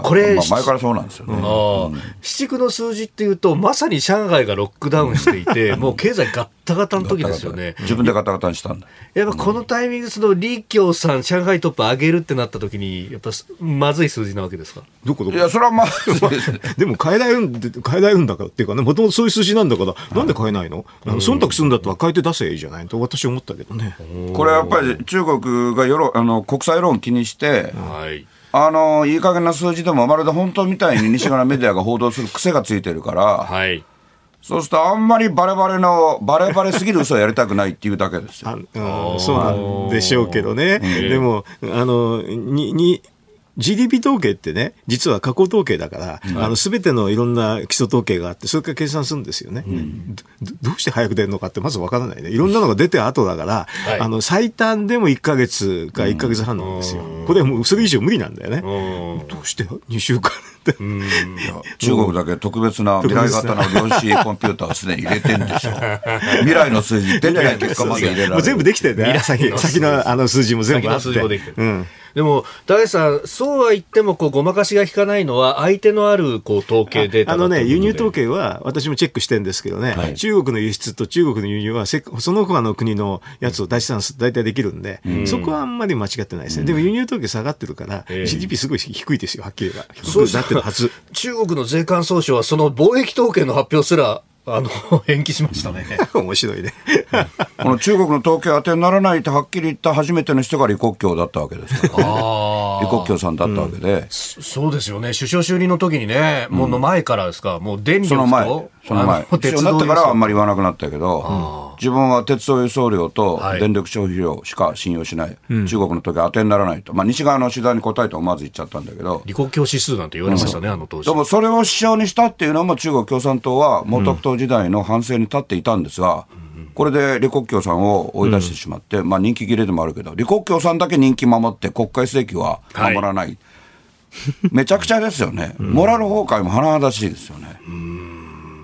あ、これ、まあ、前からそうなんですよね。 あ、うん、七区の数字っていうとまさに上海がロックダウンしていてもう経済ガッタガタの時ですよね。 自分でガタガタにしたんだ。 やっぱこのタイミング、その李強さん上海トップ上げるってなった時にやっぱまずい数字なわけですか。 どこどこ。 いや、それはまあでも変えられるんで変えられるんだからっていうかね、もともとそういう数字なんだから、なんで変えないの、うん、忖度するんだったら変えて出せばいいじゃないと私は思ったけどね。 これやっぱり中国が世論、あの国際世論を気にして、はい、あのいい加減な数字でもまるで本当みたいに西側のメディアが報道する癖がついてるから、はい、そうするとあんまりバレバレのバレバレすぎる嘘をやりたくないっていうだけですよ。 ああ、そうなんでしょうけどね、うん、でもあのににジーディーピー 統計ってね、実は過去統計だから、うん、あの全てのいろんな基礎統計があって、それから計算するんですよね、うん、ど, どうして早く出るのかってまず分からないね。いろんなのが出て後だから、はい、あの最短でもいっかげつかいっかげつはんなんですよ、うん、これはもうそれ以上無理なんだよね、うん、どうしてにしゅうかんって、うん、いや中国だけ特別な未来型の量子コンピューターをすでに入れてるんでしょ未来の数字出てない結果まで入れられる。 もう全部できてるね、先, 先のあの数字も全部あって、先の数字もできてる、うん。 でも高橋さん、そうは言ってもこうごまかしが効かないのは相手のあるこう統計データだと思うので、 あの、ね、輸入統計は私もチェックしてるんですけどね、はい、中国の輸出と中国の輸入はその他の国のやつを出し算大体できるんで、うん、そこはあんまり間違ってないですね、うん、でも輸入統計下がってるから、えー、ジーディーピー すごい低いですよ、はっきり言えば。 そうなってるはず。中国の税関総省はその貿易統計の発表すらあの延期しましたね。 面白いね。 この中国の統計当てにならないとはっきり言った初めての人が李克強だったわけですから、ね、あ李克強さんだったわけで、うん、 そうですよね。首相就任の時にね、もうの前からですか、もう電力とその前その前首相になってからはあんまり言わなくなったけど、自分は鉄道輸送量と電力消費量しか信用しない、はい、中国の時は当てにならないと、まあ、西側の取材に答えて思わず言っちゃったんだけど、 李克強指数なんて言われましたね、うん、あの当時。 でもそれを指標にしたっていうのも中国共産党は毛沢東時代の反省に立っていたんですが、うん、これで李克強さんを追い出してしまって、うん、まあ、人気切れでもあるけど、李克強さんだけ人気守って国家主席は守らない、はい、めちゃくちゃですよね、うん、モラル崩壊も甚だしいですよね、うん、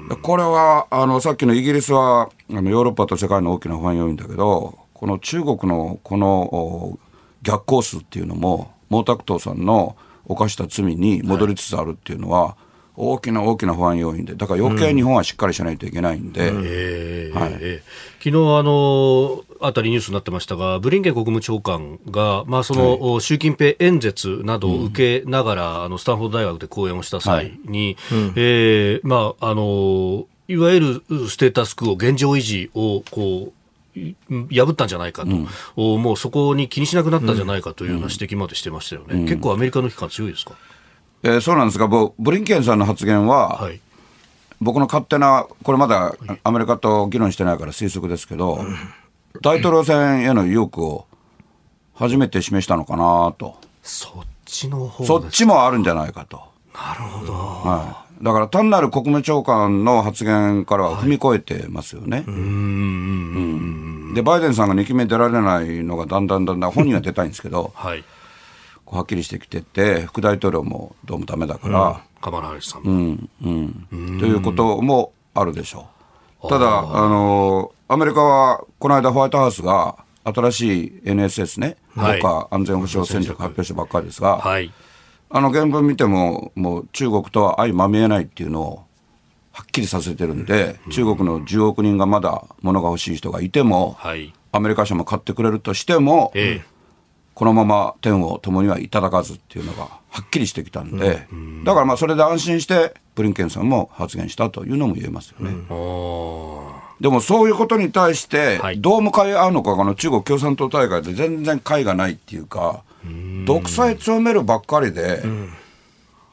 これはあのさっきのイギリスはあのヨーロッパと世界の大きな不安要因だけど、この中国のこの逆コースっていうのも毛沢東さんの犯した罪に戻りつつあるっていうのは大きな大きな不安要因で、だから余計日本はしっかりしないといけないんで、うん、えーはいえー、昨日あのあたりニュースになってましたが、ブリンケン国務長官が、まあ、その、はい、習近平演説などを受けながら、うん、あのスタンフォード大学で講演をした際に、はいうんえーまあ、あのいわゆるステータスクオ現状維持をこう破ったんじゃないかと、うん、もうそこに気にしなくなったんじゃないかというような指摘までしてましたよね、うん、結構アメリカの批判強いですか。 えー、そうなんですが、ブリンケンさんの発言は、はい、僕の勝手な、これまだアメリカと議論してないから推測ですけど、うん、大統領選への意欲を初めて示したのかなと。 そっちの方ですか。 そっちもあるんじゃないかと。 なるほど、 はい、だから単なる国務長官の発言からは踏み越えてますよね、はい、うーん、うん、でバイデンさんがにきめ出られないのがだんだんだんだん本人は出たいんですけど、はい、こうはっきりしてきてて、副大統領もどうもダメだから、うん、 カマラハリスさんも、 うんうんうん、ということもあるでしょう。ただあのアメリカはこの間ホワイトハウスが新しい エヌエスエス ね、はい、国家安全保障戦略発表したばっかりですが、はい、あの原文見てももう中国とは相まみえないっていうのをはっきりさせてるんで、うん、中国のじゅうおくにんがまだ物が欲しい人がいても、はい、アメリカ社も買ってくれるとしても、ええ、このまま天を共にはいただかずっていうのがはっきりしてきたんで、うん、だからまあそれで安心してブリンケンさんも発言したというのも言えますよね、うん、でもそういうことに対してどう向かい合うのか、この中国共産党大会で全然解がないっていうか、うん、独裁強めるばっかりで、うん、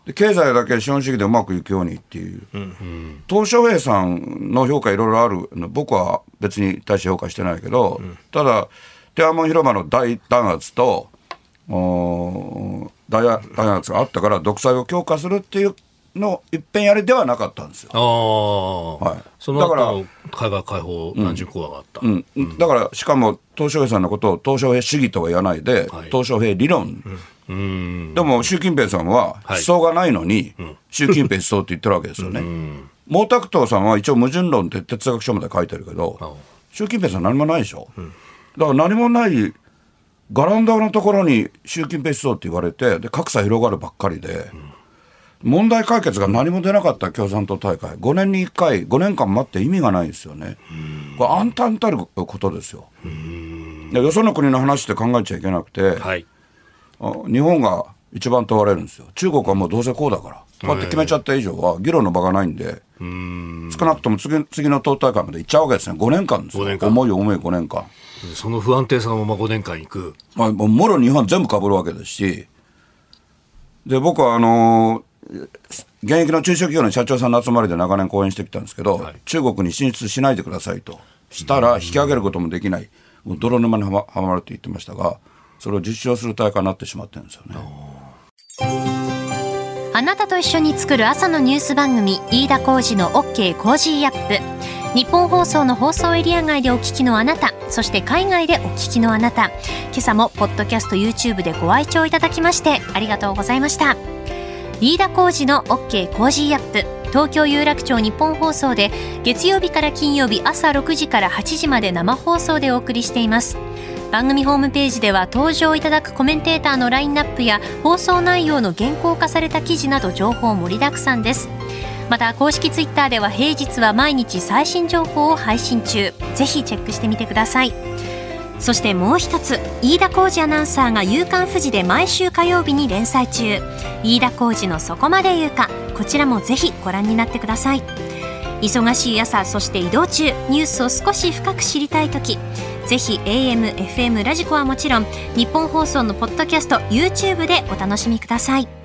で経済だけ資本主義でうまくいくようにっていう、うんうん、鄧小平さんの評価いろいろある、僕は別に大して評価してないけど、うん、ただ天安門広場の大弾圧と大弾圧があったから独裁を強化するっていうの一遍やりではなかったんですよ。 あ、はい、その後だから海外解放何十講があった、 うんうん、だからしかも鄧小平さんのことを鄧小平主義とは言わないで、はい、鄧小平理論、うん、うんでも習近平さんは思想がないのに、はい、習近平思想って言ってるわけですよね。毛沢東さんは一応矛盾論って哲学書まで書いてるけど、習近平さん何もないでしょ、うん、だから何もないガランダのところに習近平思想って言われて、で格差広がるばっかりで、うん、問題解決が何も出なかった共産党大会、ごねんにいっかいごねんかん待って意味がないんですよね。これ暗淡たることですよ。でよその国の話って考えちゃいけなくて、はい、日本が一番問われるんですよ。中国はもうどうせこうだからこうやって決めちゃった以上は議論の場がないんで、うーん少なくとも 次, 次の党大会まで行っちゃうわけですね。ごねんかんですよ。重い重いごねんかん。 その不安定さのままごねんかん行く、 まあ、もろ日本全部被るわけですし、で僕はあのー、現役の中小企業の社長さんの集まりで長年講演してきたんですけど、はい、中国に進出しないでくださいとしたら引き上げることもできない、もう泥沼には ま, はまるって言ってましたが、それを実証する大会になってしまってるんですよね。 あなたと一緒に作る朝のニュース番組、飯田浩司の OK コージーアップ。日本放送の放送エリア外でお聞きのあなた、そして海外でお聞きのあなた、今朝もポッドキャスト YouTube でご愛聴いただきましてありがとうございました。飯田浩司の OK コージーアップ、東京有楽町日本放送で月曜日から金曜日朝ろくじからはちじまで生放送でお送りしています。番組ホームページでは登場いただくコメンテーターのラインナップや放送内容の原稿化された記事など情報盛りだくさんです。また公式ツイッターでは平日は毎日最新情報を配信中、ぜひチェックしてみてください。そしてもう一つ、飯田浩司アナウンサーが夕刊フジで毎週火曜日に連載中、飯田浩司のそこまで言うか、こちらもぜひご覧になってください。忙しい朝、そして移動中、ニュースを少し深く知りたいとき、ぜひ エーエム、エフエム ラジコはもちろん日本放送のポッドキャスト YouTube でお楽しみください。